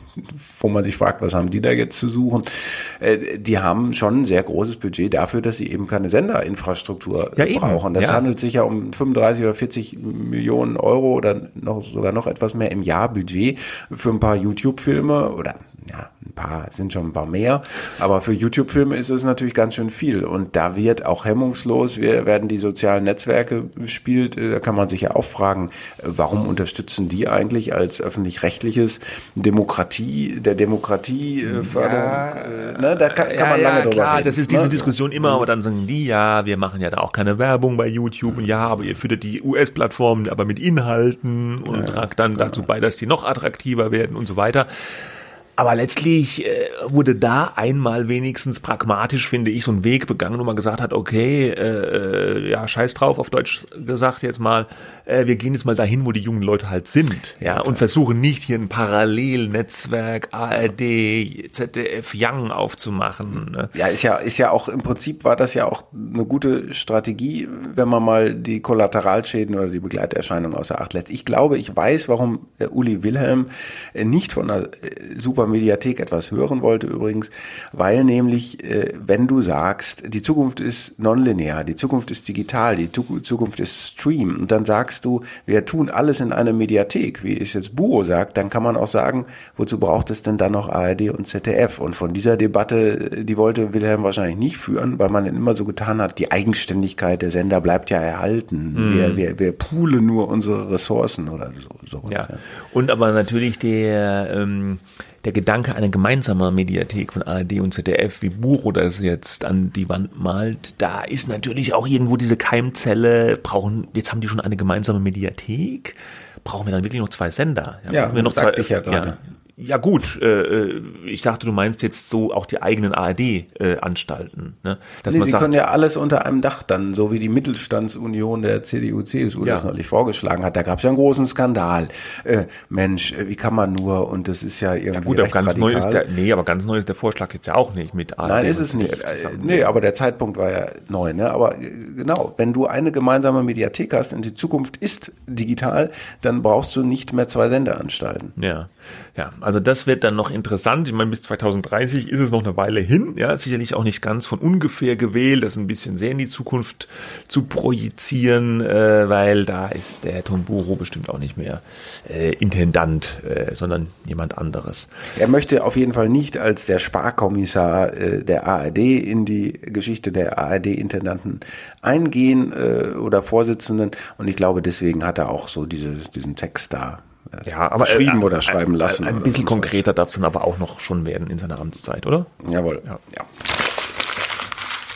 wo man sich fragt, was haben die da jetzt zu suchen? Äh, die haben schon ein sehr großes Budget dafür, dass sie eben keine Senderinfrastruktur Ja, eben, brauchen. Das ja. handelt sich ja um fünfunddreißig oder vierzig Millionen Euro oder noch sogar noch etwas mehr im Jahr Budget für ein paar YouTube-Filme oder ja, ein paar sind schon ein paar mehr, aber für YouTube-Filme ist es natürlich ganz schön viel und da wird auch hemmungslos, wir werden die sozialen Netzwerke bespielt, da kann man sich ja auch fragen, warum unterstützen die eigentlich als öffentlich-rechtliches Demokratie, der Demokratieförderung, Ja, äh, ne, da kann, kann ja, man lange ja, drüber klar, reden. das ist diese ne? Diskussion immer, aber dann sagen die, ja, wir machen ja da auch keine Werbung bei YouTube und ja, aber ihr füttert die U S-Plattformen aber mit Inhalten und tragt dann dazu bei, dass die noch attraktiver werden und so weiter. Aber letztlich äh, wurde da einmal wenigstens pragmatisch, finde ich, so ein Weg begangen, wo man gesagt hat, okay, äh, ja, scheiß drauf, auf Deutsch gesagt jetzt mal, äh, wir gehen jetzt mal dahin, wo die jungen Leute halt sind, ja, und versuchen nicht hier ein Parallelnetzwerk A R D, Z D F, Young aufzumachen. Ne? Ja, ist ja, ist ja auch, im Prinzip war das ja auch eine gute Strategie, wenn man mal die Kollateralschäden oder die Begleiterscheinungen außer Acht lässt. Ich glaube, ich weiß, warum äh, Uli Wilhelm äh, nicht von einer äh, super Mediathek etwas hören wollte übrigens, weil nämlich, äh, wenn du sagst, die Zukunft ist nonlinear, die Zukunft ist digital, die Tu- Zukunft ist Stream und dann sagst du, wir tun alles in einer Mediathek, wie es jetzt Buro sagt, dann kann man auch sagen, wozu braucht es denn dann noch A R D und Z D F? Und von dieser Debatte, die wollte Wilhelm wahrscheinlich nicht führen, weil man immer so getan hat, die Eigenständigkeit der Sender bleibt ja erhalten. Mhm. Wir, wir, wir poolen nur unsere Ressourcen oder so. so Ja. Und aber natürlich der, ähm, der Gedanke einer gemeinsamen Mediathek von A R D und Z D F, wie Buro das jetzt an die Wand malt, da ist natürlich auch irgendwo diese Keimzelle, brauchen, jetzt haben die schon eine gemeinsame Mediathek, brauchen wir dann wirklich noch zwei Sender? Ja, brauchen wir noch sagte zwei, ich ja gerade. Ja. Ja gut, äh, ich dachte, du meinst jetzt so auch die eigenen A R D-Anstalten, äh, ne? Dass Nee, man sie sagt, können ja alles unter einem Dach dann, so wie die Mittelstandsunion der C D U C S U Ja. das neulich vorgeschlagen hat. Da gab es ja einen großen Skandal. Äh, Mensch, äh, wie kann man nur? Und das ist ja irgendwie ja gut, aber ganz neu ist rechtsradikal. der, nee, aber ganz neu ist der Vorschlag jetzt ja auch nicht mit A R D. Nein, ist und es nicht. Z D F Äh, zusammen. Nee, aber der Zeitpunkt war ja neu. Ne? Aber äh, genau, wenn du eine gemeinsame Mediathek hast und die Zukunft ist digital, dann brauchst du nicht mehr zwei Senderanstalten. Ja, ja, also das wird dann noch interessant. Ich meine, bis zweitausenddreißig ist es noch eine Weile hin. Ja, sicherlich auch nicht ganz von ungefähr gewählt, das ein bisschen sehr in die Zukunft zu projizieren, äh, weil da ist der Tom Buro bestimmt auch nicht mehr äh, Intendant, äh, sondern jemand anderes. Er möchte auf jeden Fall nicht als der Sparkommissar äh, der A R D in die Geschichte der A R D-Intendanten eingehen äh, oder Vorsitzenden. Und ich glaube, deswegen hat er auch so dieses, diesen Text da äh, Ja, aber geschrieben äh, oder schreiben ein, lassen. Ein, ein oder bisschen sonst konkreter darf es dann aber auch noch schon werden in seiner Amtszeit, oder? was. Jawohl. Ja. Ja.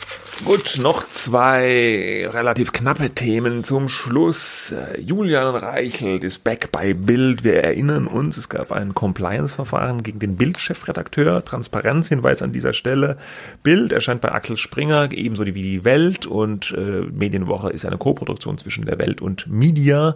Gut, noch zwei relativ knappe Themen zum Schluss. Julian Reichelt ist back bei Bild. Wir erinnern uns, es gab ein Compliance-Verfahren gegen den Bild-Chefredakteur. Transparenzhinweis an dieser Stelle. Bild erscheint bei Axel Springer, ebenso wie die Welt. Und äh, Medienwoche ist eine Koproduktion zwischen der Welt und Media.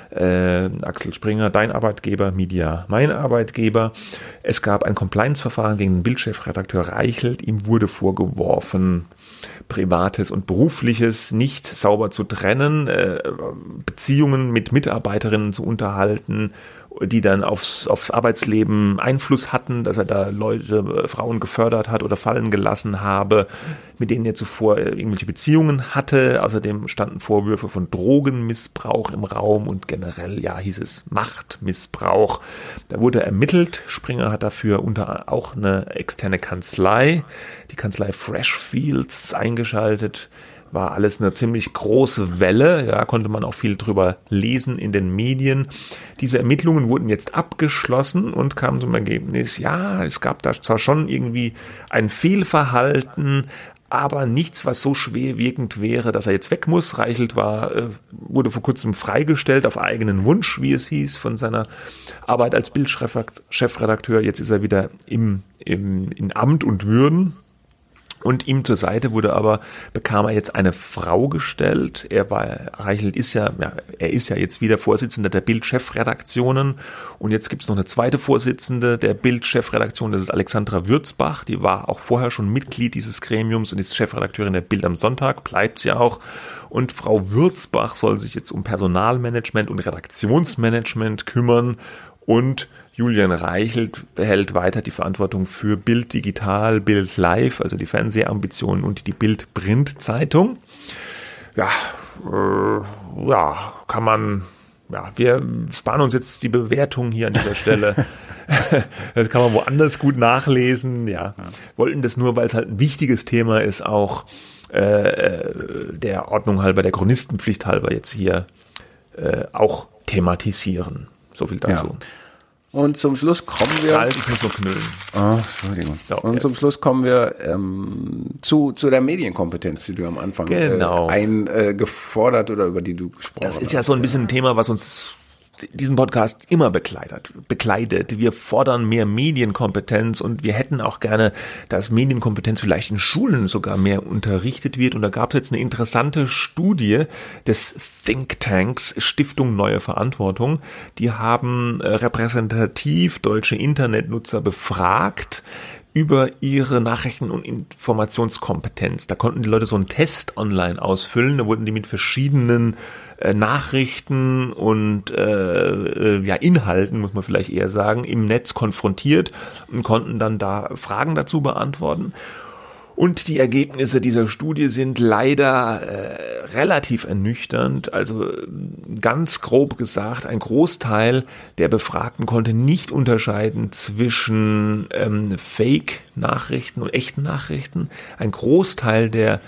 Äh, Axel Springer, dein Arbeitgeber, Media, mein Arbeitgeber. Es gab ein Compliance-Verfahren gegen den Bild-Chefredakteur Reichelt. Ihm wurde vorgeworfen, Privates und Berufliches nicht sauber zu trennen, äh, Beziehungen mit Mitarbeiterinnen zu unterhalten, die dann aufs, aufs Arbeitsleben Einfluss hatten, dass er da Leute, äh, Frauen gefördert hat oder fallen gelassen habe, mit denen er zuvor äh, irgendwelche Beziehungen hatte. Außerdem standen Vorwürfe von Drogenmissbrauch im Raum und generell, ja, hieß es Machtmissbrauch. Da wurde ermittelt. Springer hat dafür unter auch eine externe Kanzlei, die Kanzlei Freshfields, eingeschaltet. War alles eine ziemlich große Welle, ja, konnte man auch viel drüber lesen in den Medien. Diese Ermittlungen wurden jetzt abgeschlossen und kamen zum Ergebnis, ja, es gab da zwar schon irgendwie ein Fehlverhalten, aber nichts, was so schwerwiegend wäre, dass er jetzt weg muss. Reichelt war, äh, wurde vor kurzem freigestellt auf eigenen Wunsch, wie es hieß, von seiner Arbeit als Bild-Chefredakteur. Jetzt ist er wieder im, im, in Amt und Würden. Und ihm zur Seite wurde aber, bekam er jetzt eine Frau gestellt. Er war, Reichelt ist ja, ja, er ist ja jetzt wieder Vorsitzender der Bild-Chefredaktionen. Und jetzt gibt's noch eine zweite Vorsitzende der Bild-Chefredaktion, das ist Alexandra Würzbach. Die war auch vorher schon Mitglied dieses Gremiums und ist Chefredakteurin der Bild am Sonntag, bleibt sie auch. Und Frau Würzbach soll sich jetzt um Personalmanagement und Redaktionsmanagement kümmern und Julian Reichelt behält weiter die Verantwortung für Bild Digital, Bild Live, also die Fernsehambitionen und die Bild Print Zeitung. Ja, äh, ja, kann man, ja, wir sparen uns jetzt die Bewertung hier an dieser Stelle. Das kann man woanders gut nachlesen, ja. Wollten das nur, weil es halt ein wichtiges Thema ist, auch äh, der Ordnung halber, der Chronistenpflicht halber jetzt hier äh, auch thematisieren. So viel dazu. Ja. Und zum Schluss kommen wir. Halt, ich muss noch knüllen. Oh, Entschuldigung. Ja, und jetzt. Zum Schluss kommen wir ähm, zu zu der Medienkompetenz, die du am Anfang genau. äh, eingefordert äh, oder über die du gesprochen hast. Das ist ja so ein bisschen ein Thema, was uns diesen Podcast immer bekleidet, bekleidet. Wir fordern mehr Medienkompetenz und wir hätten auch gerne, dass Medienkompetenz vielleicht in Schulen sogar mehr unterrichtet wird. Und da gab es jetzt eine interessante Studie des Thinktanks Stiftung Neue Verantwortung. Die haben repräsentativ deutsche Internetnutzer befragt über ihre Nachrichten- und Informationskompetenz. Da konnten die Leute so einen Test online ausfüllen. Da wurden die mit verschiedenen äh, Nachrichten und äh, ja Inhalten, muss man vielleicht eher sagen, im Netz konfrontiert und konnten dann da Fragen dazu beantworten. Und die Ergebnisse dieser Studie sind leider äh, relativ ernüchternd. Also ganz grob gesagt, ein Großteil der Befragten konnte nicht unterscheiden zwischen ähm, Fake-Nachrichten und echten Nachrichten. Ein Großteil der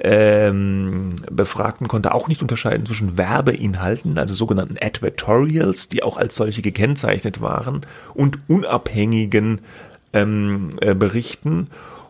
ähm, Befragten konnte auch nicht unterscheiden zwischen Werbeinhalten, also sogenannten Advertorials, die auch als solche gekennzeichnet waren, und unabhängigen ähm, äh, Berichten.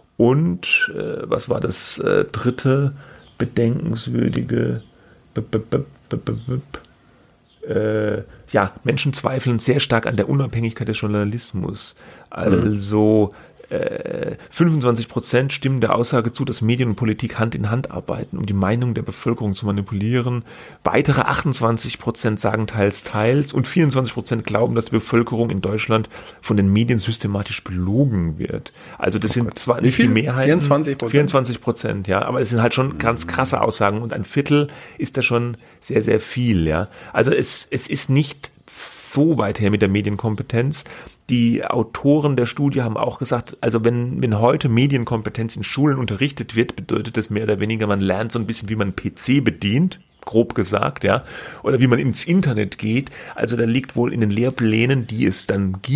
Und äh, was war das äh, dritte bedenkenswürdige? B -b -b -b -b -b äh, ja, Menschen zweifeln sehr stark an der Unabhängigkeit des Journalismus. Also äh, fünfundzwanzig Prozent stimmen der Aussage zu, dass Medien und Politik Hand in Hand arbeiten, um die Meinung der Bevölkerung zu manipulieren. Weitere achtundzwanzig Prozent sagen teils, teils und vierundzwanzig Prozent glauben, dass die Bevölkerung in Deutschland von den Medien systematisch belogen wird. Also das oh sind Gott. zwar nicht die Mehrheiten. vierundzwanzig Prozent? vierundzwanzig Prozent, ja, aber es sind halt schon ganz krasse Aussagen und ein Viertel ist da schon sehr, sehr viel, ja. Also es, es ist nicht so weit her mit der Medienkompetenz. Die Autoren der Studie haben auch gesagt, also wenn, wenn heute Medienkompetenz in Schulen unterrichtet wird, bedeutet das mehr oder weniger, man lernt so ein bisschen, wie man einen P C bedient, grob gesagt, ja, oder wie man ins Internet geht. Also da liegt wohl in den Lehrplänen, die es dann gibt,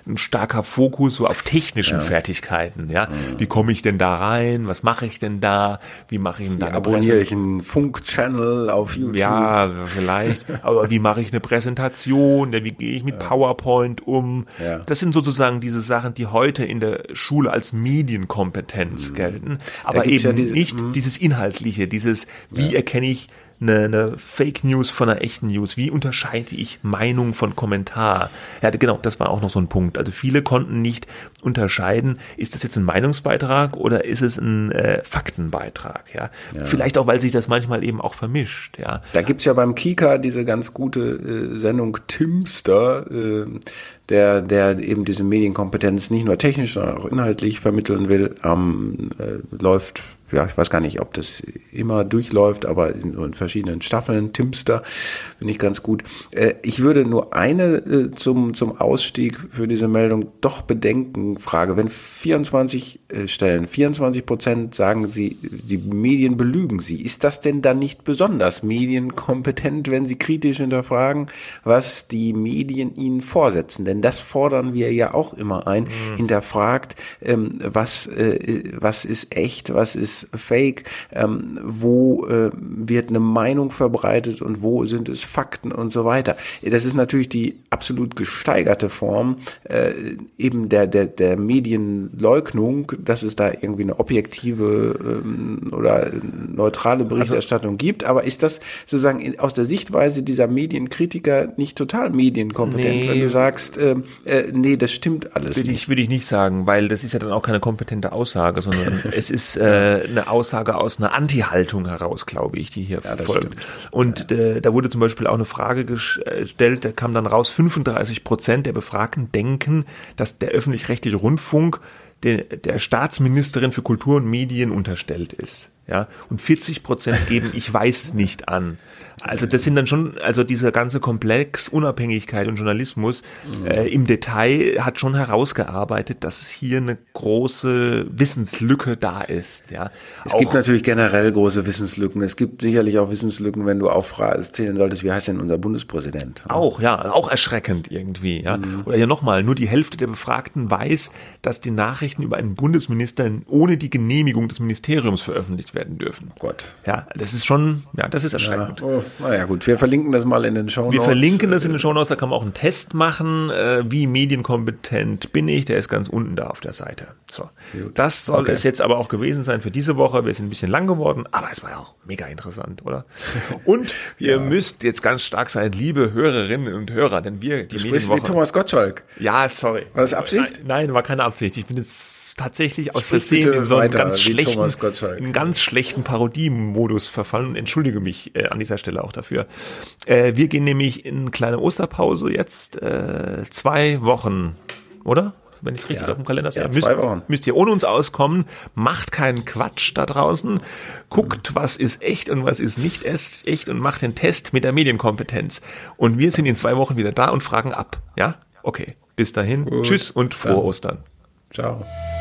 ein starker Fokus so auf technischen ja. Fertigkeiten. Ja, mhm. wie komme ich denn da rein? Was mache ich denn da? Wie mache ich denn da? Wie abonniere ich einen Funk-Channel auf YouTube? Ja, vielleicht. Aber wie mache ich eine Präsentation? Wie gehe ich mit PowerPoint um? Ja. Das sind sozusagen diese Sachen, die heute in der Schule als Medienkompetenz mhm. gelten, aber eben ja diese, nicht mh. dieses Inhaltliche, dieses, wie ja. erkenne ich eine, eine Fake News von einer echten News, wie unterscheide ich Meinung von Kommentar? Ja, genau, das war auch noch so ein Punkt. Also viele konnten nicht unterscheiden, ist das jetzt ein Meinungsbeitrag oder ist es ein äh, Faktenbeitrag? Ja? ja, vielleicht auch, weil sich das manchmal eben auch vermischt. Ja, da gibt's ja beim Kika diese ganz gute äh, Sendung Timster, äh, der der eben diese Medienkompetenz nicht nur technisch, sondern auch inhaltlich vermitteln will, ähm, äh, läuft. Ja, ich weiß gar nicht, ob das immer durchläuft, aber in, in verschiedenen Staffeln. Timster finde ich ganz gut. Äh, ich würde nur eine äh, zum zum Ausstieg für diese Meldung doch bedenken. Frage: Wenn vierundzwanzig äh, Stellen, vierundzwanzig Prozent sagen sie, die Medien belügen sie, ist das denn dann nicht besonders medienkompetent, wenn sie kritisch hinterfragen, was die Medien ihnen vorsetzen? Denn das fordern wir ja auch immer ein. Mhm. Hinterfragt, ähm, was äh, was ist echt, was ist Fake, ähm, wo äh, wird eine Meinung verbreitet und wo sind es Fakten und so weiter. Das ist natürlich die absolut gesteigerte Form äh, eben der der der Medienleugnung, dass es da irgendwie eine objektive ähm, oder neutrale Berichterstattung also, gibt. Aber ist das sozusagen in, aus der Sichtweise dieser Medienkritiker nicht total medienkompetent, nee, wenn du sagst, äh, äh, nee, das stimmt alles würde nicht? Ich, würde ich nicht sagen, weil das ist ja dann auch keine kompetente Aussage, sondern es ist äh, eine Aussage aus einer Anti-Haltung heraus, glaube ich, die hier ja, folgt. Stimmt. Und ja. äh, da wurde zum Beispiel auch eine Frage gestellt, da kam dann raus, fünfunddreißig Prozent der Befragten denken, dass der öffentlich-rechtliche Rundfunk der, der Staatsministerin für Kultur und Medien unterstellt ist. Ja, und vierzig Prozent geben ich weiß nicht an. Also das sind dann schon, also dieser ganze Komplex Unabhängigkeit und Journalismus äh, im Detail hat schon herausgearbeitet, dass es hier eine große Wissenslücke da ist. Ja, es auch, gibt natürlich generell große Wissenslücken. Es gibt sicherlich auch Wissenslücken, wenn du aufzählen solltest, wie heißt denn unser Bundespräsident? Auch, ja, auch erschreckend irgendwie. Ja, mhm. Oder hier nochmal, nur die Hälfte der Befragten weiß, dass die Nachrichten über einen Bundesminister ohne die Genehmigung des Ministeriums veröffentlicht werden dürfen. Oh Gott. Ja, das ist schon, ja, das ist erschreckend. Ja. Oh, naja, gut, wir verlinken das mal in den Shownotes. Wir verlinken das in den Shownotes, da kann man auch einen Test machen, äh, wie medienkompetent bin ich, der ist ganz unten da auf der Seite. So. Gut. Das soll okay. es jetzt aber auch gewesen sein für diese Woche. Wir sind ein bisschen lang geworden, aber es war ja auch mega interessant, oder? Und ihr ja. müsst jetzt ganz stark sein, liebe Hörerinnen und Hörer, denn wir, die du sprichst wie Thomas Gottschalk. Ja, sorry. War das Absicht? Nein, war keine Absicht. Ich bin jetzt tatsächlich aus Versehen in so einen ganz schlechten, einen ganz schlechten Parodiemodus verfallen und entschuldige mich äh, an dieser Stelle auch dafür. Äh, wir gehen nämlich in eine kleine Osterpause jetzt, äh, zwei Wochen, oder? Wenn ich es richtig ja. auf dem Kalender sehe. Ja, müsst, zwei Wochen. müsst ihr ohne uns auskommen, macht keinen Quatsch da draußen, guckt, was ist echt und was ist nicht echt und macht den Test mit der Medienkompetenz. Und wir sind in zwei Wochen wieder da und fragen ab. Ja? Okay. Bis dahin. Gut. Tschüss und frohe Dann. Ostern. Ciao.